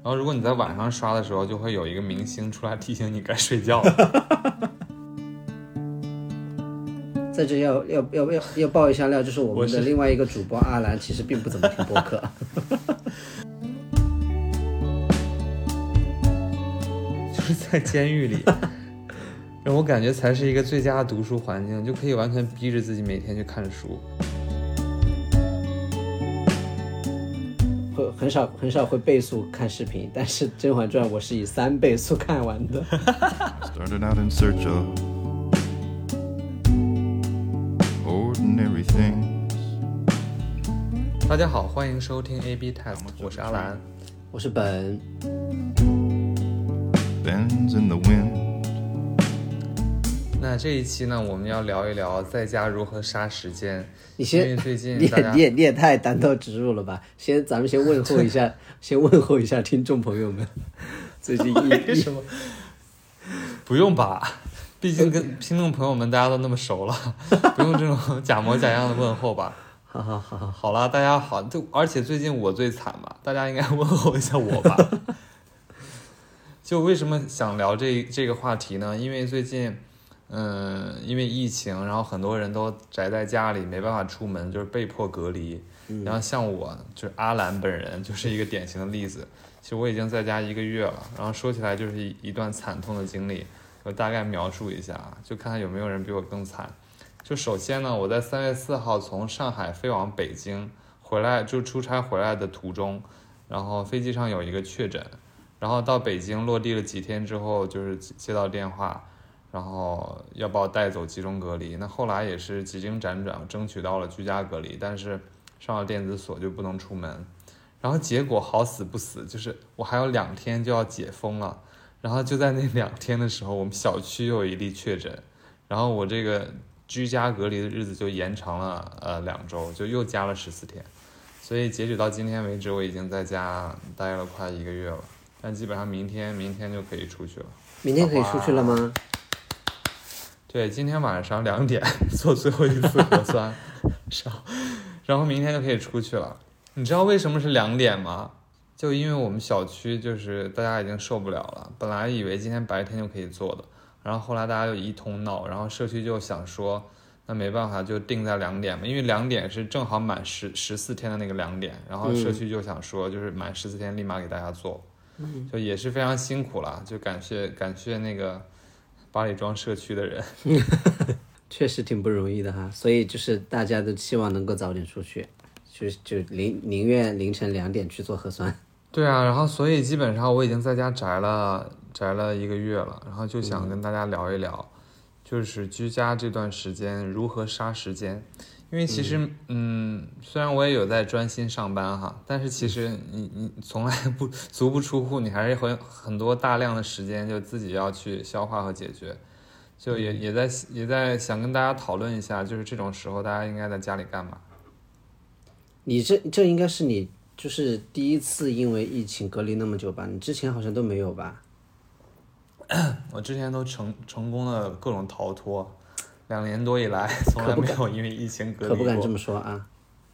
然后如果你在晚上刷的时候，就会有一个明星出来提醒你该睡觉了。 在这要爆一下料，就是我们的另外一个主播阿兰，其实并不怎么听播客。 就是在监狱里，让我感觉才是一个最佳的读书环境，就可以完全逼着自己每天去看书。 很少会倍速看视频，但是《甄嬛传》我是以3倍速看完的。 Started out in search of ordinary things. 大家好，欢迎收听 AB Test， 我是阿兰， 我是本。 Bends in the wind. 那这一期呢，我们要聊一聊在家如何杀时间。 你先， 因为最近你也太单刀直入了吧？咱们先问候一下，先问候一下听众朋友们。最近为什么？不用吧，毕竟跟听众朋友们大家都那么熟了，不用这种假模假样的问候吧。好了，大家好，而且最近我最惨吧，大家应该问候一下我吧。就为什么想聊这个话题呢？因为最近，因为疫情，然后很多人都宅在家里，没办法出门，就是被迫隔离。然后像我，就是阿兰本人，就是一个典型的例子。其实我已经在家1个月了，然后说起来就是一段惨痛的经历，我大概描述一下，就看看有没有人比我更惨。就首先呢，我在3月4号从上海飞往北京回来，就出差回来的途中，然后飞机上有一个确诊。然后到北京落地了几天之后，就是接到电话，然后要把我带走集中隔离。那后来也是几经辗转，争取到了居家隔离，但是上了电子锁就不能出门。然后结果好死不死，就是我还有2天就要解封了。然后就在那2天的时候，我们小区又有一例确诊，然后我这个居家隔离的日子就延长了2周，就又加了14天。所以截止到今天为止，我已经在家待了快1个月了。但基本上明天就可以出去了。 明天可以出去了吗？ 对，今天晚上2点做最后一次核酸，然后明天就可以出去了。你知道为什么是2点吗？就因为我们小区就是大家已经受不了了，本来以为今天白天就可以做的，然后后来大家就一通闹，然后社区就想说，那没办法就定在2点嘛，因为2点是正好满14天的那个2点，然后社区就想说，就是满14天立马给大家做。就也是非常辛苦了，就感谢那个八里庄社区的人。 确实挺不容易的哈，所以就是大家都希望能够早点出去，就宁愿凌晨2点去做核酸。 对啊，然后所以基本上我已经在家宅了1个月了，然后就想跟大家聊一聊，就是居家这段时间如何杀时间。因为其实虽然我也有在专心上班哈，但是其实你从来足不出户，你还是会很多大量的时间就自己要去消化和解决。就也在想跟大家讨论一下，就是这种时候大家应该在家里干嘛。 你这应该是你就是第一次因为疫情隔离那么久吧？你之前好像都没有吧？ 我之前都成功的各种逃脱。2年多以来，从来没有因为疫情隔离过。 可不敢这么说啊！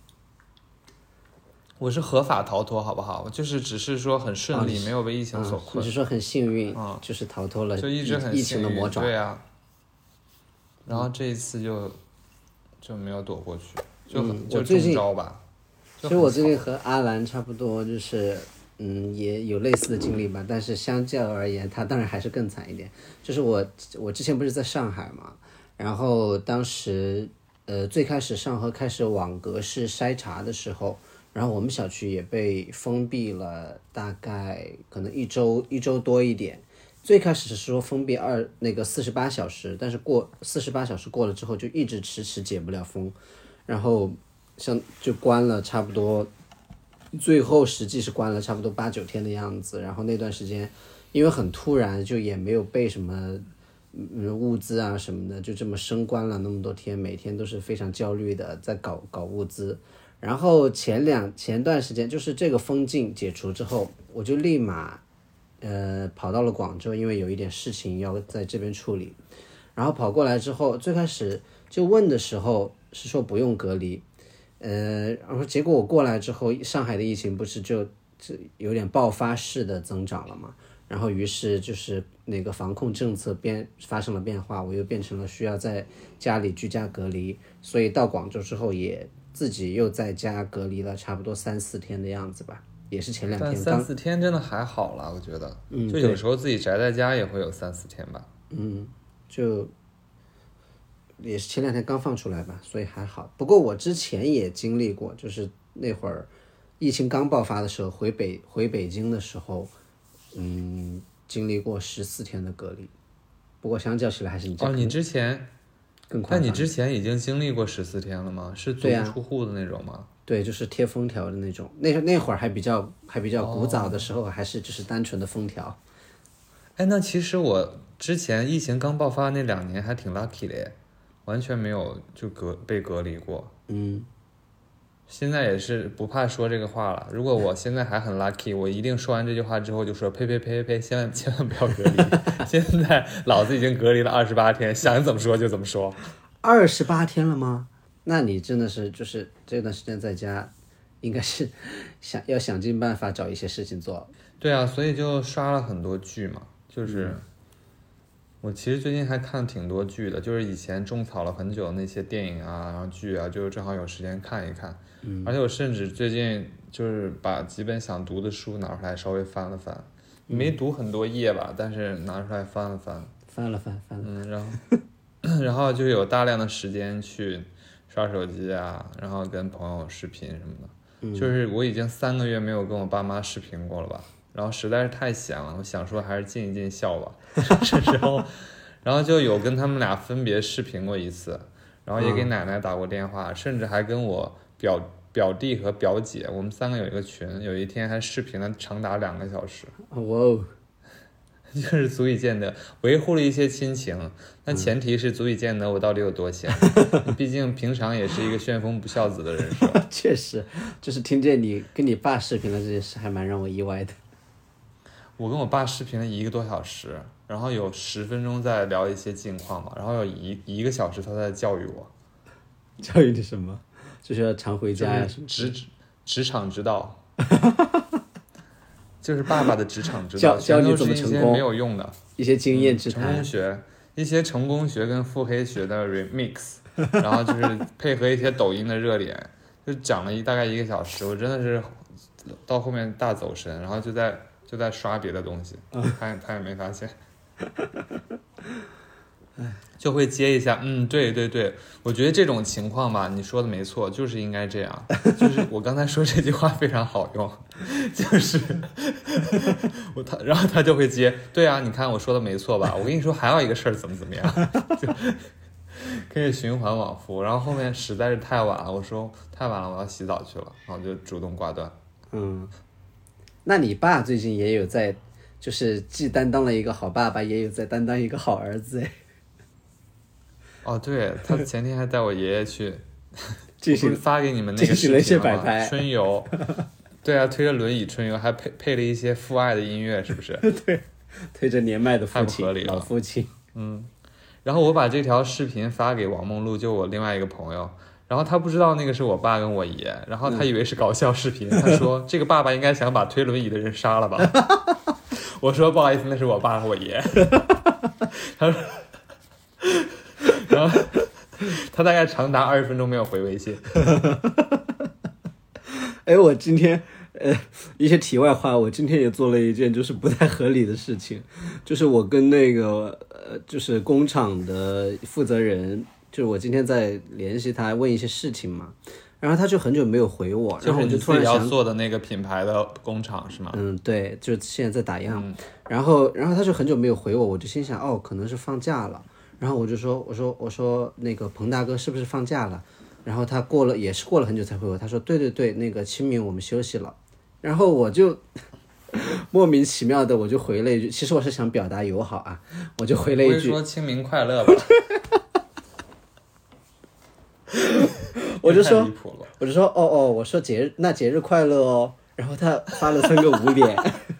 我是合法逃脱，好不好？就是只是说很顺利，没有被疫情所困。 你是说很幸运，就是逃脱了， 就一直很疫情的魔爪。 对啊。然后这一次就没有躲过去，就中招吧。 其实我最近和阿兰差不多，就是也有类似的经历吧，但是相较而言，他当然还是更惨一点。就是我之前不是在上海嘛。然后当时最开始上河开始网格式筛查的时候，然后我们小区也被封闭了大概可能一周多一点。最开始是说封闭48小时，但是过48小时过了之后就一直迟解不了封，然后就关了差不多，最后实际是关了差不多8-9天的样子。然后那段时间因为很突然，就也没有备什么物资啊什么的，就这么升关了那么多天，每天都是非常焦虑的在搞物资。然后前段时间就是这个封禁解除之后，我就立马跑到了广州，因为有一点事情要在这边处理。然后跑过来之后，最开始就问的时候是说不用隔离，然后结果我过来之后，上海的疫情不是就这有点爆发式的增长了嘛。然后于是就是那个防控政策发生了变化，我又变成了需要在家里居家隔离，所以到广州之后也自己又在家隔离了差不多3-4天的样子吧，也是前2天。 但3-4天真的还好啦，我觉得，就有时候自己宅在家也会有3-4天吧。 就也是前2天刚放出来吧，所以还好。不过我之前也经历过，就是那会儿疫情刚爆发的时候，回北京的时候。经历过14天的隔离，不过相较起来还是你你之前更夸张。 但你之前已经经历过14天了吗？是足不出户的那种吗？ 对，就是贴封条的那种。那会儿还比较古早的时候，还是就是单纯的封条。 那其实我之前疫情刚爆发那2年还挺 lucky 的耶，完全没有就被隔离过。现在也是不怕说这个话了。如果我现在还很 lucky， 我一定说完这句话之后就说呸，千万不要隔离。现在老子已经隔离了28天，想怎么说就怎么说。 28天了吗？那你真的是就是这段时间在家，应该是要想尽办法找一些事情做。 对啊，所以就刷了很多剧嘛，就是我其实最近还看挺多剧的，就是以前种草了很久那些电影啊，然后剧啊，就正好有时间看一看。而且我甚至最近就是把几本想读的书拿出来稍微翻了翻，没读很多页吧，但是拿出来翻了翻。然后就有大量的时间去刷手机啊，然后跟朋友视频什么的。就是我已经3个月没有跟我爸妈视频过了吧，然后实在是太闲了，我想说还是尽一尽孝吧。这时候，然后就有跟他们俩分别视频过一次，然后也给奶奶打过电话，甚至还跟我表弟和表姐，我们3个有一个群，有一天还视频了长达2个小时。 哇哦！ 就是足以见得维护了一些亲情，但前提是足以见得我到底有多闲。毕竟平常也是一个旋风不孝子的人设。 确实，就是听见你跟你爸视频了这件事，还蛮让我意外的。 我跟我爸视频了1个多小时，然后有10分钟在聊一些近况嘛，然后有一个小时他在教育我。 教育你什么？就是要常回家呀，什么职场之道。就是爸爸的职场之道， 教你怎么成功， 没有用的一些经验之谈， 成功学，一些成功学跟腹黑学的 remix， 然后就是配合一些抖音的热点，就讲了大概1个小时，我真的是到后面大走神，然后就在刷别的东西，他也没发现。就会接一下，对，我觉得这种情况吧，你说的没错，就是应该这样。就是我刚才说这句话非常好用，就是然后他就会接，对啊，你看我说的没错吧？我跟你说还有一个事儿怎么样，就可以循环往复。然后后面实在是太晚了，我说太晚了，我要洗澡去了，然后就主动挂断。 那你爸最近也有在，就是既担当了一个好爸爸，也有在担当一个好儿子哎。 对，他前天还带我爷爷去进行发给你们那个视频了一些摆拍春游。对啊，推着轮椅春游，还配了一些父爱的音乐，是不是？ 对，推着年迈的父亲， 太不合理了， 老父亲。 然后我把这条视频发给王梦露，就我另外一个朋友，然后他不知道那个是我爸跟我爷，然后他以为是搞笑视频，他说这个爸爸应该想把推轮椅的人杀了吧？我说不好意思，那是我爸和我爷。他说。然后他大概长达20分钟没有回微信。 我今天一些题外话，我今天也做了一件就是不太合理的事情，就是我跟那个就是工厂的负责人，就是我今天在联系他问一些事情嘛，然后他就很久没有回我，然后我就突然想要做的那个品牌的工厂是吗？ 对，就现在在打样。然后他就很久没有回我，我就心想可能是放假了。然后我就说，我说那个彭大哥是不是放假了？然后他也是过了很久才回我，他说对，那个清明我们休息了。然后我就莫名其妙的我就回了一句，其实我是想表达友好啊，我就回了一句， 不会说清明快乐吧？ 我就说我说节日快乐哦。然后他发了3个捂脸。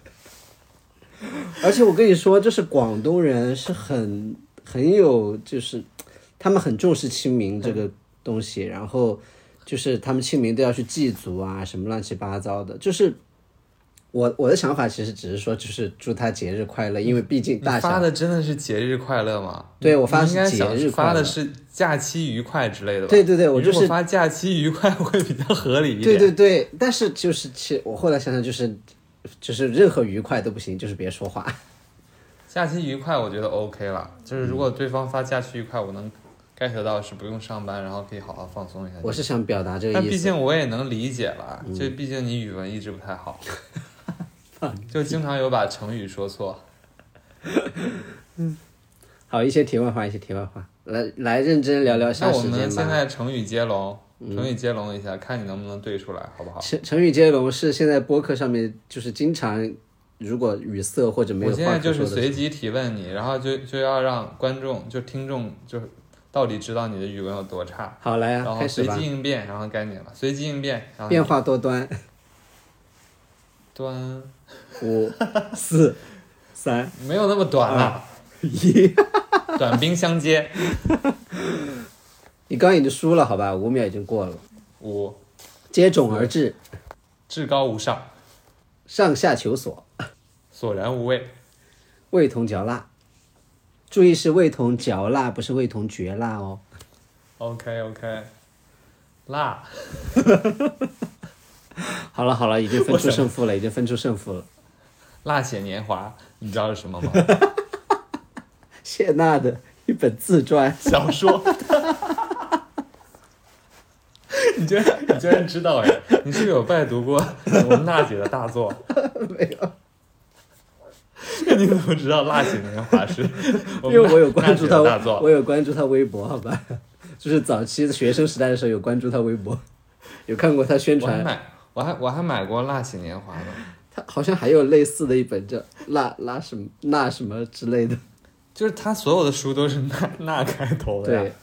而且我跟你说，就是广东人是很有，就是他们很重视清明这个东西，然后就是他们清明都要去祭祖啊，什么乱七八糟的。就是我的想法其实只是说，就是祝他节日快乐，因为毕竟你大小。 发的真的是节日快乐吗？ 对，我发的你应该是节日想快乐。 发的是假期愉快之类的吧？ 对对对，我就是如果发假期愉快会比较合理一点。 对对对，但是就是其实我后来想想，就是任何愉快都不行，就是别说话。 假期愉快我觉得 OK 了，就是如果对方发假期愉快，我能 get 到是不用上班，然后可以好好放松一下。 我是想表达这个意思。 但毕竟我也能理解了，就毕竟你语文一直不太好，就经常有把成语说错。 好，一些题外话，来认真聊聊那我们下时间吧。 现在成语接龙，成语接龙一下，看你能不能对出来，好不好？ 成语接龙是现在播客上面就是经常，如果语塞或者没有我现在就话可说的是随机提问你，然后就要让观众就听众就到底知道你的语文有多差。 好来啊， 然后随开始吧。 机应变，然后该你了，随机应变，然后变化多端。 端 5、4、3、 没有那么短了， 1。 短兵相接。 你刚刚已经输了，好吧？5秒已经过了。 5 接踵而至， 至高无上， 上下求索， 索然无味， 味同嚼蜡。注意是味同嚼蜡，不是味同嚼蜡哦。 OK，辣。 好了，已经分出胜负了， 辣血年华，你知道是什么吗？ 谢娜的一本自传小说。你居然知道哎？你是不是有拜读过我们娜姐的大作？ 没有， 你怎么知道《辣血年华》是？ 因为我有关注他， 大作。 我有关注他微博，好吧？就是早期学生时代的时候有关注他微博，有看过他宣传。 我还买过《辣血年华》呢。 他好像还有类似的一本叫辣什么那什么之类的。 就是他所有的书都是那开头的呀。 对，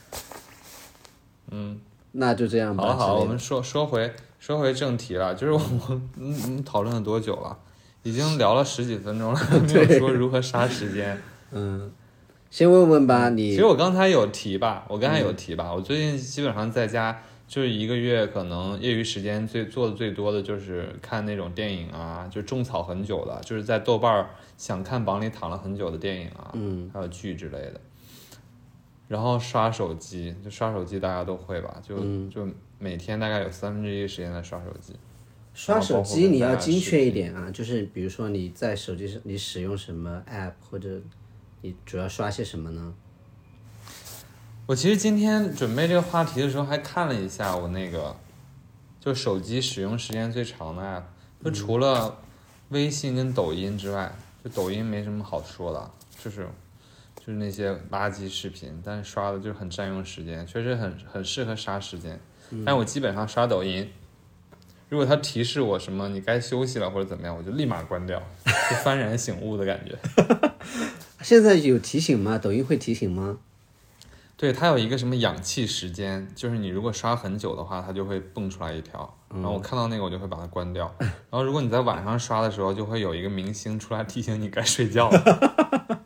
那就这样吧。 好，我们说回正题了，就是我们讨论了多久了？已经聊了10几分钟了，没有说如何杀时间。 先问问吧，你其实我刚才有提吧，我最近基本上在家就是1个月，可能业余时间做的最多的就是看那种电影啊，就种草很久的，就是在豆瓣想看榜里躺了很久的电影啊，还有剧之类的。然后刷手机大家都会吧，就每天大概有1/3时间在刷手机。 刷手机你要精确一点啊，就是比如说你在手机上你使用什么 app， 或者你主要刷些什么呢？ 我其实今天准备这个话题的时候还看了一下我那个就手机使用时间最长的 app， 就除了微信跟抖音之外，就抖音没什么好说的，就是那些垃圾视频，但是刷的就很占用时间，确实很适合杀时间。但我基本上刷抖音，如果它提示我什么你该休息了或者怎么样，我就立马关掉，就幡然醒悟的感觉。 现在有提醒吗？抖音会提醒吗？ 对，它有一个什么氧气时间，就是你如果刷很久的话，它就会蹦出来一条，然后我看到那个我就会把它关掉。然后如果你在晚上刷的时候，就会有一个明星出来提醒你该睡觉了。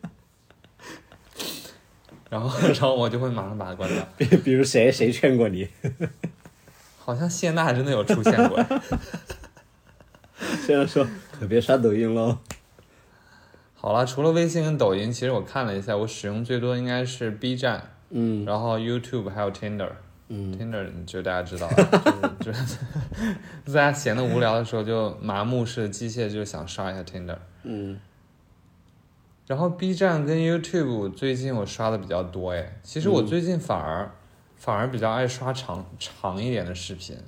然后我就会马上把它关掉。 比如谁劝过你？ 好像谢娜真的有出现过。 这样说可别刷抖音喽。 好了，除了微信跟抖音，其实我看了一下，我使用最多应该是 B 站，然后 YouTube 还有 Tinder。Tinder 就大家知道了，就是大家闲得无聊的时候就麻木式机械就想刷一下 Tinder。然后 B 站跟 YouTube 最近我刷的比较多哎，其实我最近反而比较爱刷长一点的视频。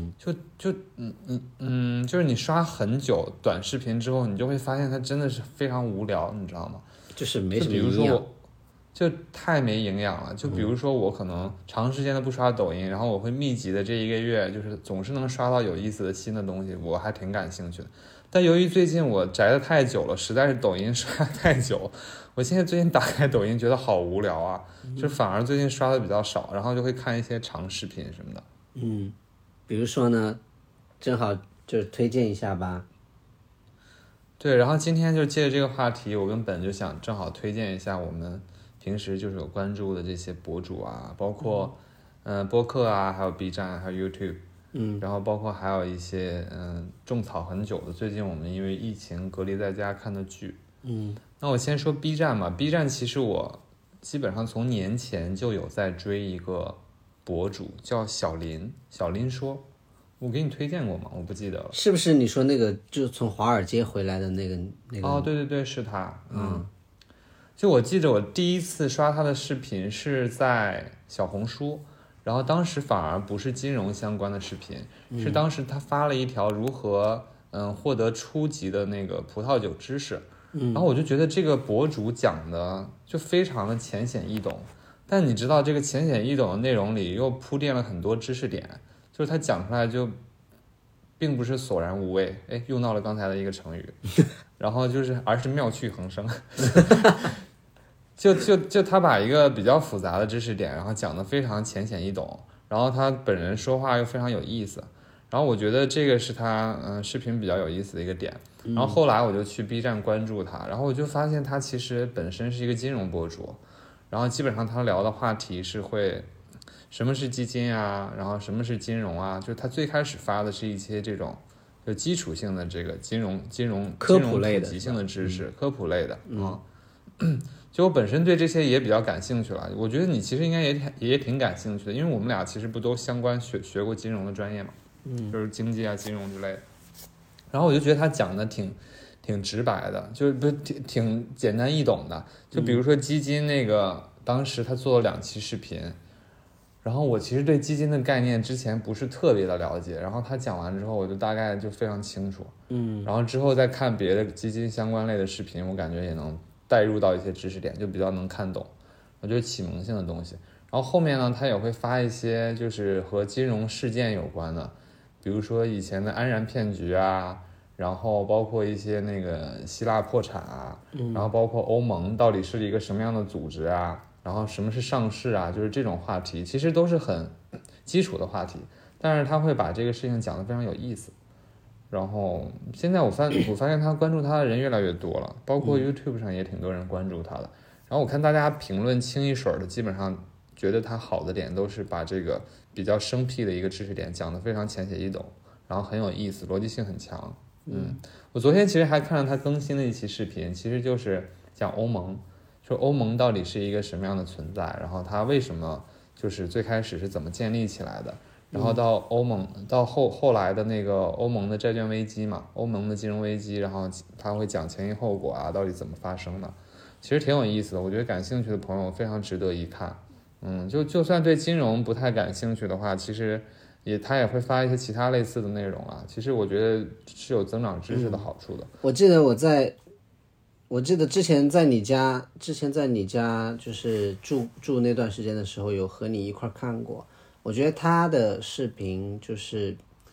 就是你刷很久短视频之后，你就会发现它真的是非常无聊，你知道吗？ 就是没什么营养。 比如说就太没营养了。就比如说我可能长时间的不刷抖音，然后我会密集的这1个月，就是总是能刷到有意思的新的东西，我还挺感兴趣的。但由于最近我宅的太久了，实在是抖音刷太久，我现在最近打开抖音觉得好无聊啊，就反而最近刷的比较少，然后就会看一些长视频什么的。 比如说呢，正好就是推荐一下吧。 对，然后今天就借着这个话题，我跟本就想正好推荐一下我们平时就是有关注的这些博主啊，包括播客啊，还有 B 站，还有 YouTube。 然后包括还有一些种草很久的，最近我们因为疫情隔离在家看的剧。那我先说 B 站吧。B 站其实我基本上从年前就有在追一个博主叫小林说，我给你推荐过吗？我不记得了。 是不是你说那个就是从华尔街回来的那个？ 哦，对对对，是他。就我记得我第一次刷他的视频是在小红书，然后当时反而不是金融相关的视频，是当时他发了一条如何获得初级的那个葡萄酒知识，然后我就觉得这个博主讲的就非常的浅显易懂，但你知道这个浅显易懂的内容里又铺垫了很多知识点，就是他讲出来就并不是索然无味，哎，用到了刚才的一个成语，然后就是而是妙趣横生。就他把一个比较复杂的知识点，然后讲得非常浅显易懂，然后他本人说话又非常有意思，然后我觉得这个是他视频比较有意思的一个点。然后后来我就去 B 站关注他，然后我就发现他其实本身是一个金融博主，然后基本上他聊的话题是会什么是基金啊，然后什么是金融啊，就是他最开始发的是一些这种就基础性的这个金融科普类的普及性的知识，科普类的就我本身对这些也比较感兴趣了，我觉得你其实应该也挺感兴趣的，因为我们俩其实不都相关学过金融的专业嘛，就是经济啊、金融之类的。然后我就觉得他讲的挺直白的，就是不挺简单易懂的。就比如说基金那个，当时他做了2期视频，然后我其实对基金的概念之前不是特别的了解，然后他讲完之后，我就大概就非常清楚。然后之后再看别的基金相关类的视频，我感觉也能带入到一些知识点，就比较能看懂，我觉得启蒙性的东西。然后后面呢，他也会发一些就是和金融事件有关的，比如说以前的安然骗局啊，然后包括一些那个希腊破产啊，然后包括欧盟到底是一个什么样的组织啊，然后什么是上市啊，就是这种话题其实都是很基础的话题，但是他会把这个事情讲得非常有意思。然后现在我发现他关注他的人越来越多了，包括 YouTube 上也挺多人关注他的。然后我看大家评论清一水的，基本上觉得他好的点都是把这个比较生僻的一个知识点讲得非常浅显易懂，然后很有意思，逻辑性很强。我昨天其实还看了他更新的一期视频，其实就是讲欧盟，说欧盟到底是一个什么样的存在，然后它为什么就是最开始是怎么建立起来的。然后到欧盟到后来的那个欧盟的债券危机嘛，欧盟的金融危机，然后他会讲前因后果啊，到底怎么发生的，其实挺有意思的。我觉得感兴趣的朋友非常值得一看。就算对金融不太感兴趣的话，其实他也会发一些其他类似的内容啊。其实我觉得是有增长知识的好处的。 我记得之前在你家就是住那段时间的时候，有和你一块看过。我觉得他的视频就是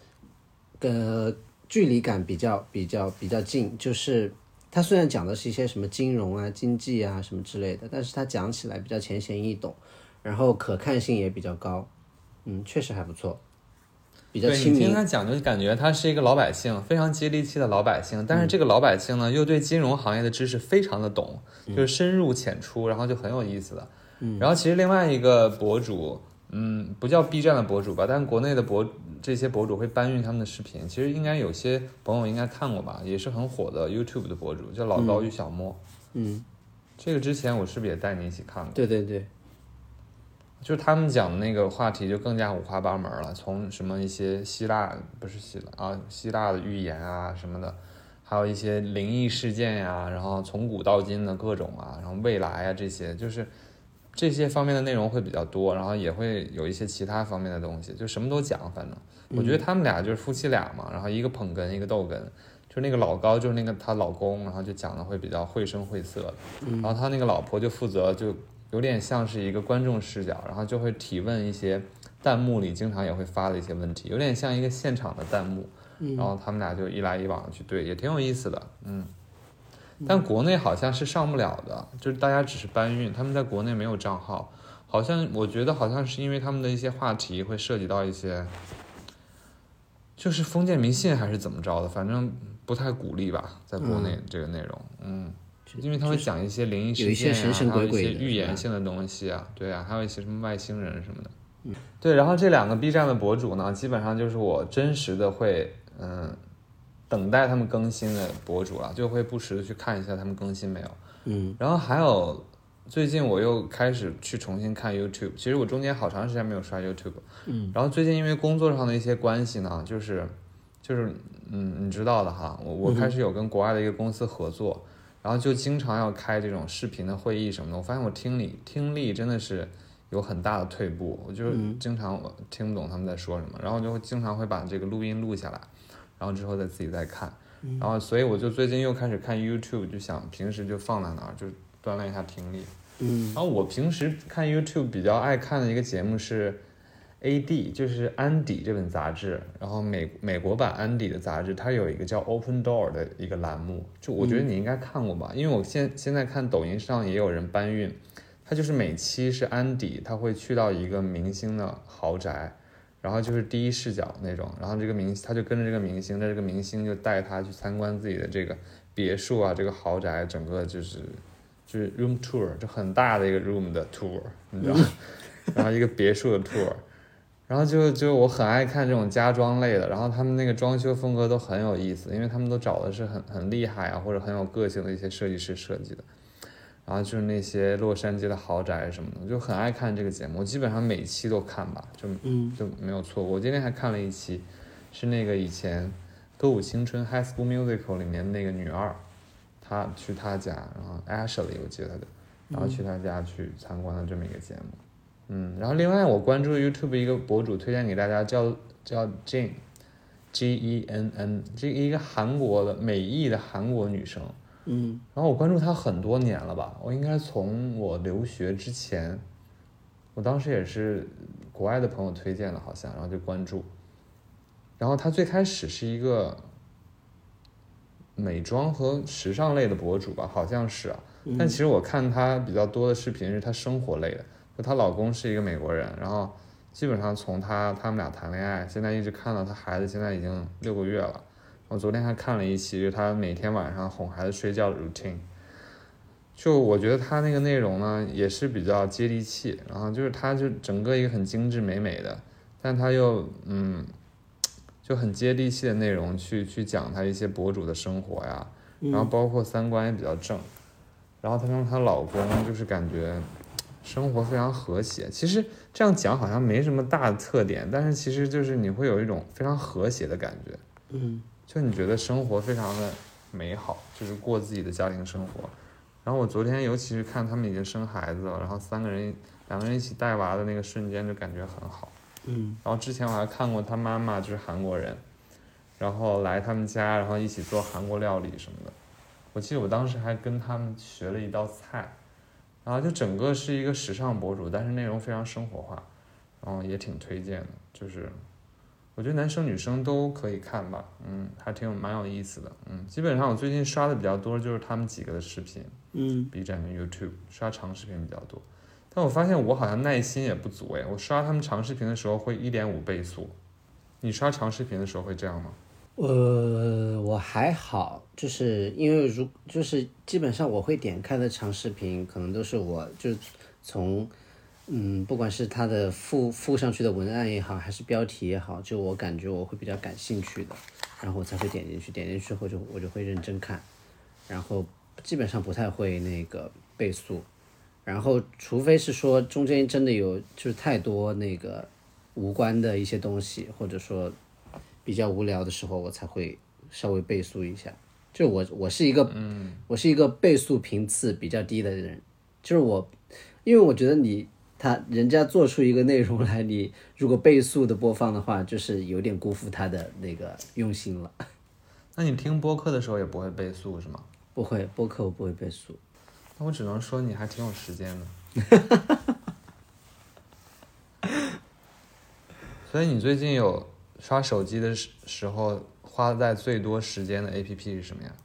距离感比较近，就是他虽然讲的是一些什么金融啊、经济啊什么之类的，但是他讲起来比较浅显易懂，然后可看性也比较高，确实还不错，比较亲民。 对，你听他讲就感觉他是一个老百姓，非常接地气的老百姓，但是这个老百姓呢又对金融行业的知识非常的懂，就是深入浅出，然后就很有意思的。然后其实另外一个博主不叫 B 站的博主吧，但国内的这些博主会搬运他们的视频，其实应该有些朋友应该看过吧，也是很火的 YouTube 的博主，叫老高与小莫。这个之前我是不是也带你一起看过？ 对对对， 就是他们讲的那个话题就更加五花八门了，从什么一些希腊的预言啊什么的，还有一些灵异事件呀，然后从古到今的各种啊，然后未来啊，这些就是这些方面的内容会比较多，然后也会有一些其他方面的东西，就什么都讲。反正我觉得他们俩就是夫妻俩嘛，然后一个捧哏一个逗哏，就那个老高就是那个她老公，然后就讲的会比较绘声绘色的，然后他那个老婆就负责就有点像是一个观众视角，然后就会提问一些弹幕里经常也会发的一些问题，有点像一个现场的弹幕，然后他们俩就一来一往的去对，也挺有意思的。但国内好像是上不了的，就是大家只是搬运，他们在国内没有账号，好像我觉得好像是因为他们的一些话题会涉及到一些就是封建迷信还是怎么着的，反正不太鼓励吧，在国内这个内容。因为他会讲一些灵异事件啊，还有一些预言性的东西啊，对啊，还有一些什么外星人什么的。 对，然后这2个 B 站的博主呢，基本上就是我真实的会等待他们更新的博主了，就会不时的去看一下他们更新没有。然后还有最近我又开始去重新看 YouTube， 其实我中间好长时间没有刷 YouTube。然后最近因为工作上的一些关系呢，就是你知道的哈，我开始有跟国外的一个公司合作，然后就经常要开这种视频的会议什么的。我发现我听力真的是有很大的退步，我就经常听不懂他们在说什么，然后就会经常会把这个录音录下来，然后之后再自己再看。然后所以我就最近又开始看 YouTube， 就想平时就放在那儿，就锻炼一下听力。然后我平时看 YouTube 比较爱看的一个节目是 AD， 就是安迪这本杂志，然后美国版安迪的杂志，它有一个叫 Open Door 的一个栏目，就我觉得你应该看过吧，因为我现在看抖音上也有人搬运，它就是每期是安迪，他会去到一个明星的豪宅，然后就是第一视角那种，然后他就跟着这个明星，这个明星就带他去参观自己的这个别墅啊，这个豪宅，整个就是 room tour， 就很大的一个 room 的 tour， 你知道吗？然后一个别墅的 tour。然后就我很爱看这种家装类的，然后他们那个装修风格都很有意思，因为他们都找的是很厉害啊，或者很有个性的一些设计师设计的，然后就是那些洛杉矶的豪宅什么的，就很爱看这个节目，我基本上每期都看吧，就没有错过。我今天还看了一期，是那个以前《歌舞青春》High School Musical 里面那个女二，她去她家，然后 Ashley 我记得她的，然后去她家去参观了这么一个节目。然后另外我关注 YouTube 一个博主推荐给大家，叫 Jenn Genn， 这一个韩国的美裔的韩国女生。然后我关注她很多年了吧，我应该从我留学之前，我当时也是国外的朋友推荐的好像，然后就关注。然后她最开始是一个美妆和时尚类的博主吧，好像是啊，但其实我看她比较多的视频是她生活类的。就她老公是一个美国人，然后基本上从他们俩谈恋爱，现在一直看到她孩子现在已经6个月了。我昨天还看了一期，就是她每天晚上哄孩子睡觉的 routine。就我觉得她那个内容呢，也是比较接地气，然后就是她就整个一个很精致美美的，但她又就很接地气的内容去讲她一些博主的生活呀，然后包括三观也比较正，然后她跟她老公就是感觉生活非常和谐。其实这样讲好像没什么大的特点，但是其实就是你会有一种非常和谐的感觉。就你觉得生活非常的美好，就是过自己的家庭生活。然后我昨天尤其是看他们已经生孩子了，然后2个人一起带娃的那个瞬间就感觉很好。然后之前我还看过他妈妈就是韩国人，然后来他们家，然后一起做韩国料理什么的。我记得我当时还跟他们学了一道菜，然后就整个是一个时尚博主，但是内容非常生活化，然后也挺推荐的。就是我觉得男生女生都可以看吧，还蛮有意思的。基本上我最近刷的比较多就是他们几个的视频，B 站跟 YouTube 刷长视频比较多。但我发现我好像耐心也不足我刷他们长视频的时候会1.5倍速。你刷长视频的时候会这样吗？ 我还好，就是因为就是基本上我会点开的长视频，可能都是我就是从不管是它的附上去的文案也好，还是标题也好，就我感觉我会比较感兴趣的，然后我才会点进去，点进去后我就会认真看，然后基本上不太会那个倍速，然后除非是说中间真的有就是太多那个无关的一些东西，或者说比较无聊的时候，我才会稍微倍速一下。就我是一个倍速频次比较低的人，就是因为我觉得人家做出一个内容来，你如果倍速的播放的话，就是有点辜负他的那个用心了。 那你听播客的时候也不会倍速是吗？ 不会，播客我不会倍速。 那我只能说你还挺有时间的。所以你最近有刷手机的时候花在最多时间的 APP 是什么呀？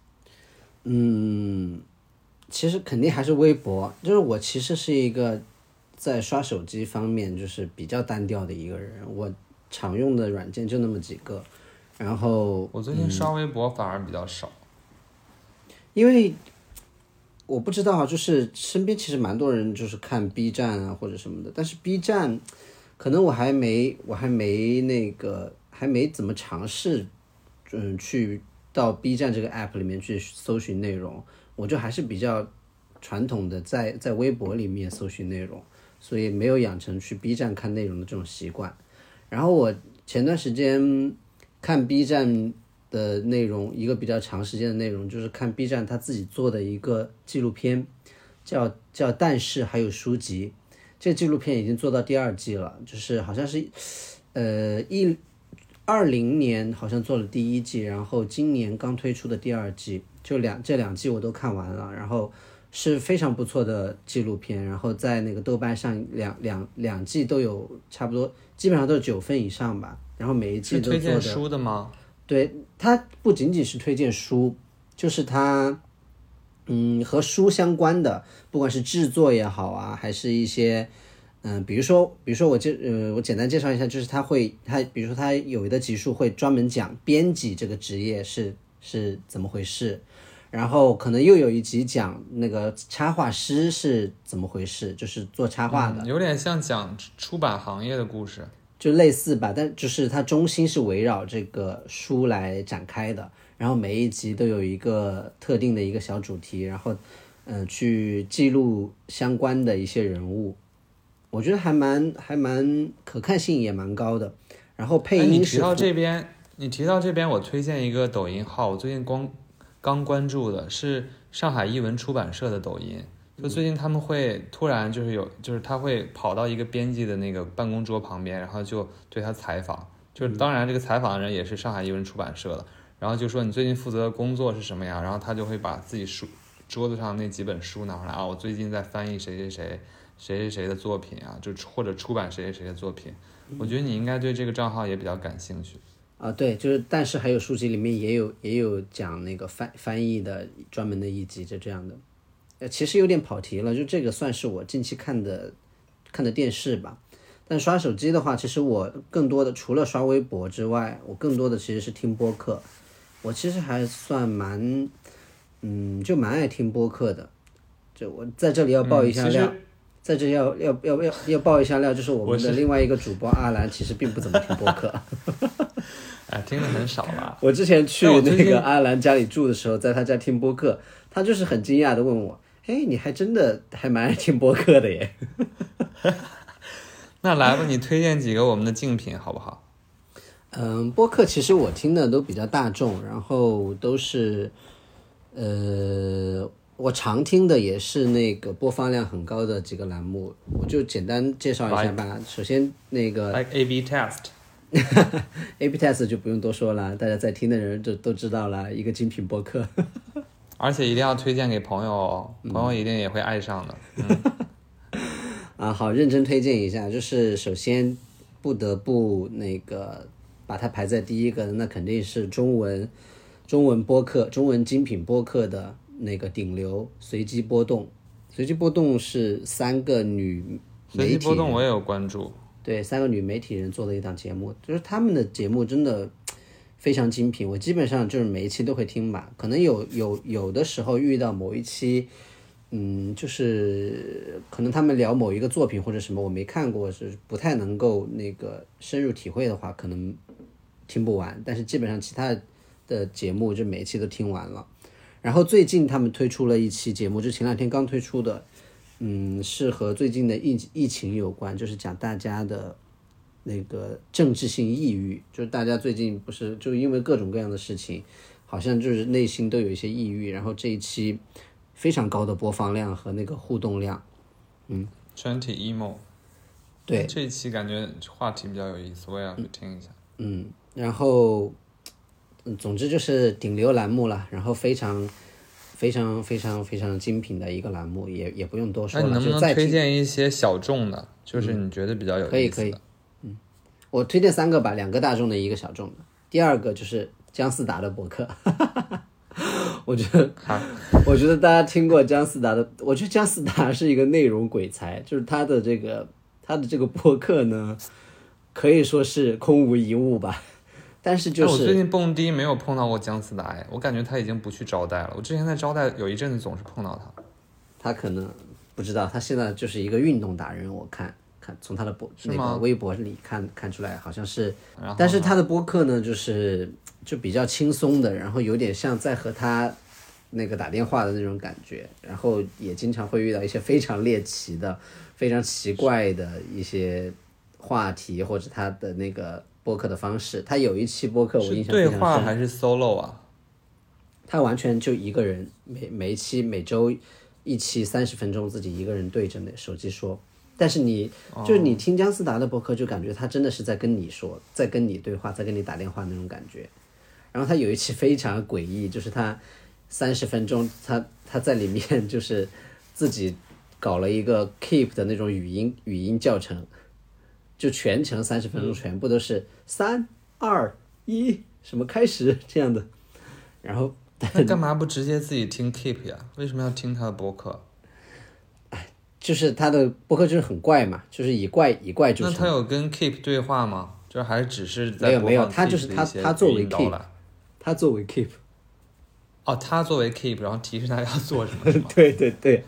其实肯定还是微博，就是我其实是一个在刷手机方面就是比较单调的一个人，我常用的软件就那么几个，然后我最近刷微博反而比较少， 因为我不知道，就是身边其实蛮多人就是看 B 站啊或者什么的，但是 B 站可能我还没还没怎么尝试，去到 B 站这个 app 里面去搜寻内容，我就还是比较传统的在微博里面搜寻内容，所以没有养成去 B 站看内容的这种习惯。然后我前段时间看 B 站的内容，一个比较长时间的内容就是看 B 站他自己做的一个纪录片，叫但是还有书籍。这个纪录片已经做到第2季了，就是好像是2020年好像做了第1季，然后今年刚推出的第2季，就这两季我都看完了，然后是非常不错的纪录片，然后在那个豆瓣上两季都有差不多，基本上都是9分以上吧，然后每一季都做的。 是推荐书的吗？ 对，它不仅仅是推荐书，就是它和书相关的，不管是制作也好啊，还是一些比如说我简单介绍一下，就是比如说他有的集数会专门讲编辑这个职业是怎么回事，然后可能又有一集讲那个插画师是怎么回事，就是做插画的， 有点像讲出版行业的故事， 就类似吧，但就是它中心是围绕这个书来展开的，然后每一集都有一个特定的一个小主题，然后去记录相关的一些人物，我觉得还蛮可看性也蛮高的。然后配音是你提到这边，我推荐一个抖音号，我最近刚关注的是上海译文出版社的抖音。就最近他们会突然就是他会跑到一个编辑的那个办公桌旁边，然后就对他采访，就是当然这个采访的人也是上海译文出版社的，然后就说你最近负责的工作是什么呀？然后他就会把自己桌子上那几本书拿出来啊，我最近在翻译谁谁的作品啊，就或者出版谁的作品。我觉得你应该对这个账号也比较感兴趣啊。对，就是但是还有书籍里面也有讲那个翻译的专门的一集，就这样的。其实有点跑题了，就这个算是我近期看的电视吧。但刷手机的话，其实我更多的除了刷微博之外，我更多的其实是听播客。我其实还算蛮爱听播客的。就我在这里要爆一下料，在这里要爆一下料，就是我们的另外一个主播阿兰其实并不怎么听播客。 听的很少了。 我之前去那个阿兰家里住的时候，在他家听播客，他就是很惊讶的问我，你还真的还蛮爱听播客的耶。 那来吧，你推荐几个我们的竞品好不好？ 播客其实我听的都比较大众，然后都是我常听的也是那个播放量很高的几个栏目，我就简单介绍一下吧。首先那个 like A/B test A/B test 就不用多说了，大家在听的人都知道了，一个精品播客。 而且一定要推荐给朋友哦，朋友一定也会爱上的。 好，认真推荐一下，就是首先不得不那个把它排在第一个，那肯定是中文播客、中文精品播客的那个顶流随机波动。随机波动是3个女媒体人， 随机波动我也有关注。 对，3个女媒体人做的一档节目，就是他们的节目真的非常精品，我基本上就是每一期都会听吧。可能有的时候遇到某一期，就是可能他们聊某一个作品或者什么我没看过，是不太能够那个深入体会的话，可能听不完。但是基本上其他的节目就每一期都听完了。然后最近他们推出了一期节目，就前2天刚推出的。是和最近的疫情有关，就是讲大家的那个政治性抑郁，就是大家最近不是就因为各种各样的事情，好像就是内心都有一些抑郁，然后这一期非常高的播放量和那个互动量， 全体 emo， 对， 这一期感觉话题比较有意思，我也要去听一下。 然后总之就是顶流栏目了，然后非常精品的一个栏目，也不用多说了。 那你能不能推荐一些小众的，就是你觉得比较有意思的？ 可以，我推荐3个吧，2个大众的，1个小众的。第2个就是姜思达的博客，我觉得大家听过姜思达的，我觉得姜思达是一个内容鬼才，就是他的这个博客呢，可以说是空无一物吧。但是就是我最近蹦迪没有碰到过姜思达，我感觉他已经不去招待了。我之前在招待有一阵子总是碰到他。 他可能不知道，他现在就是一个运动达人，我看从他的那是吗个微博里看出来好像是然后， 但是他的播客呢就比较轻松的，然后有点像在和他那个打电话的那种感觉，然后也经常会遇到一些非常猎奇的、非常奇怪的一些话题，或者他的那个播客的方式。他有一期播客我印象非对常深， 话还是 solo 啊？ 他完全就一个人，每一期每周一期30分钟，自己一个人对着那手机说。但是就是你听姜思达的播客，就感觉他真的是在跟你说，在跟你对话，在跟你打电话那种感觉。然后他有一期非常诡异，就是他30分钟，他在里面就是自己搞了一个 Keep 的那种语音教程，就全程30分钟全部都是3、2、1什么开始这样的。然后那干嘛不直接自己听 Keep 呀？为什么要听他的播客？ 就是他的播客就是很怪嘛，就是以怪著称。 那他有跟 Keep 对话吗？就还是只是在没有， 播放他就是他作为 Keep， 他作为 Keep。 哦，他作为 Keep， 然后提示他要做什么是吗？ 对对对。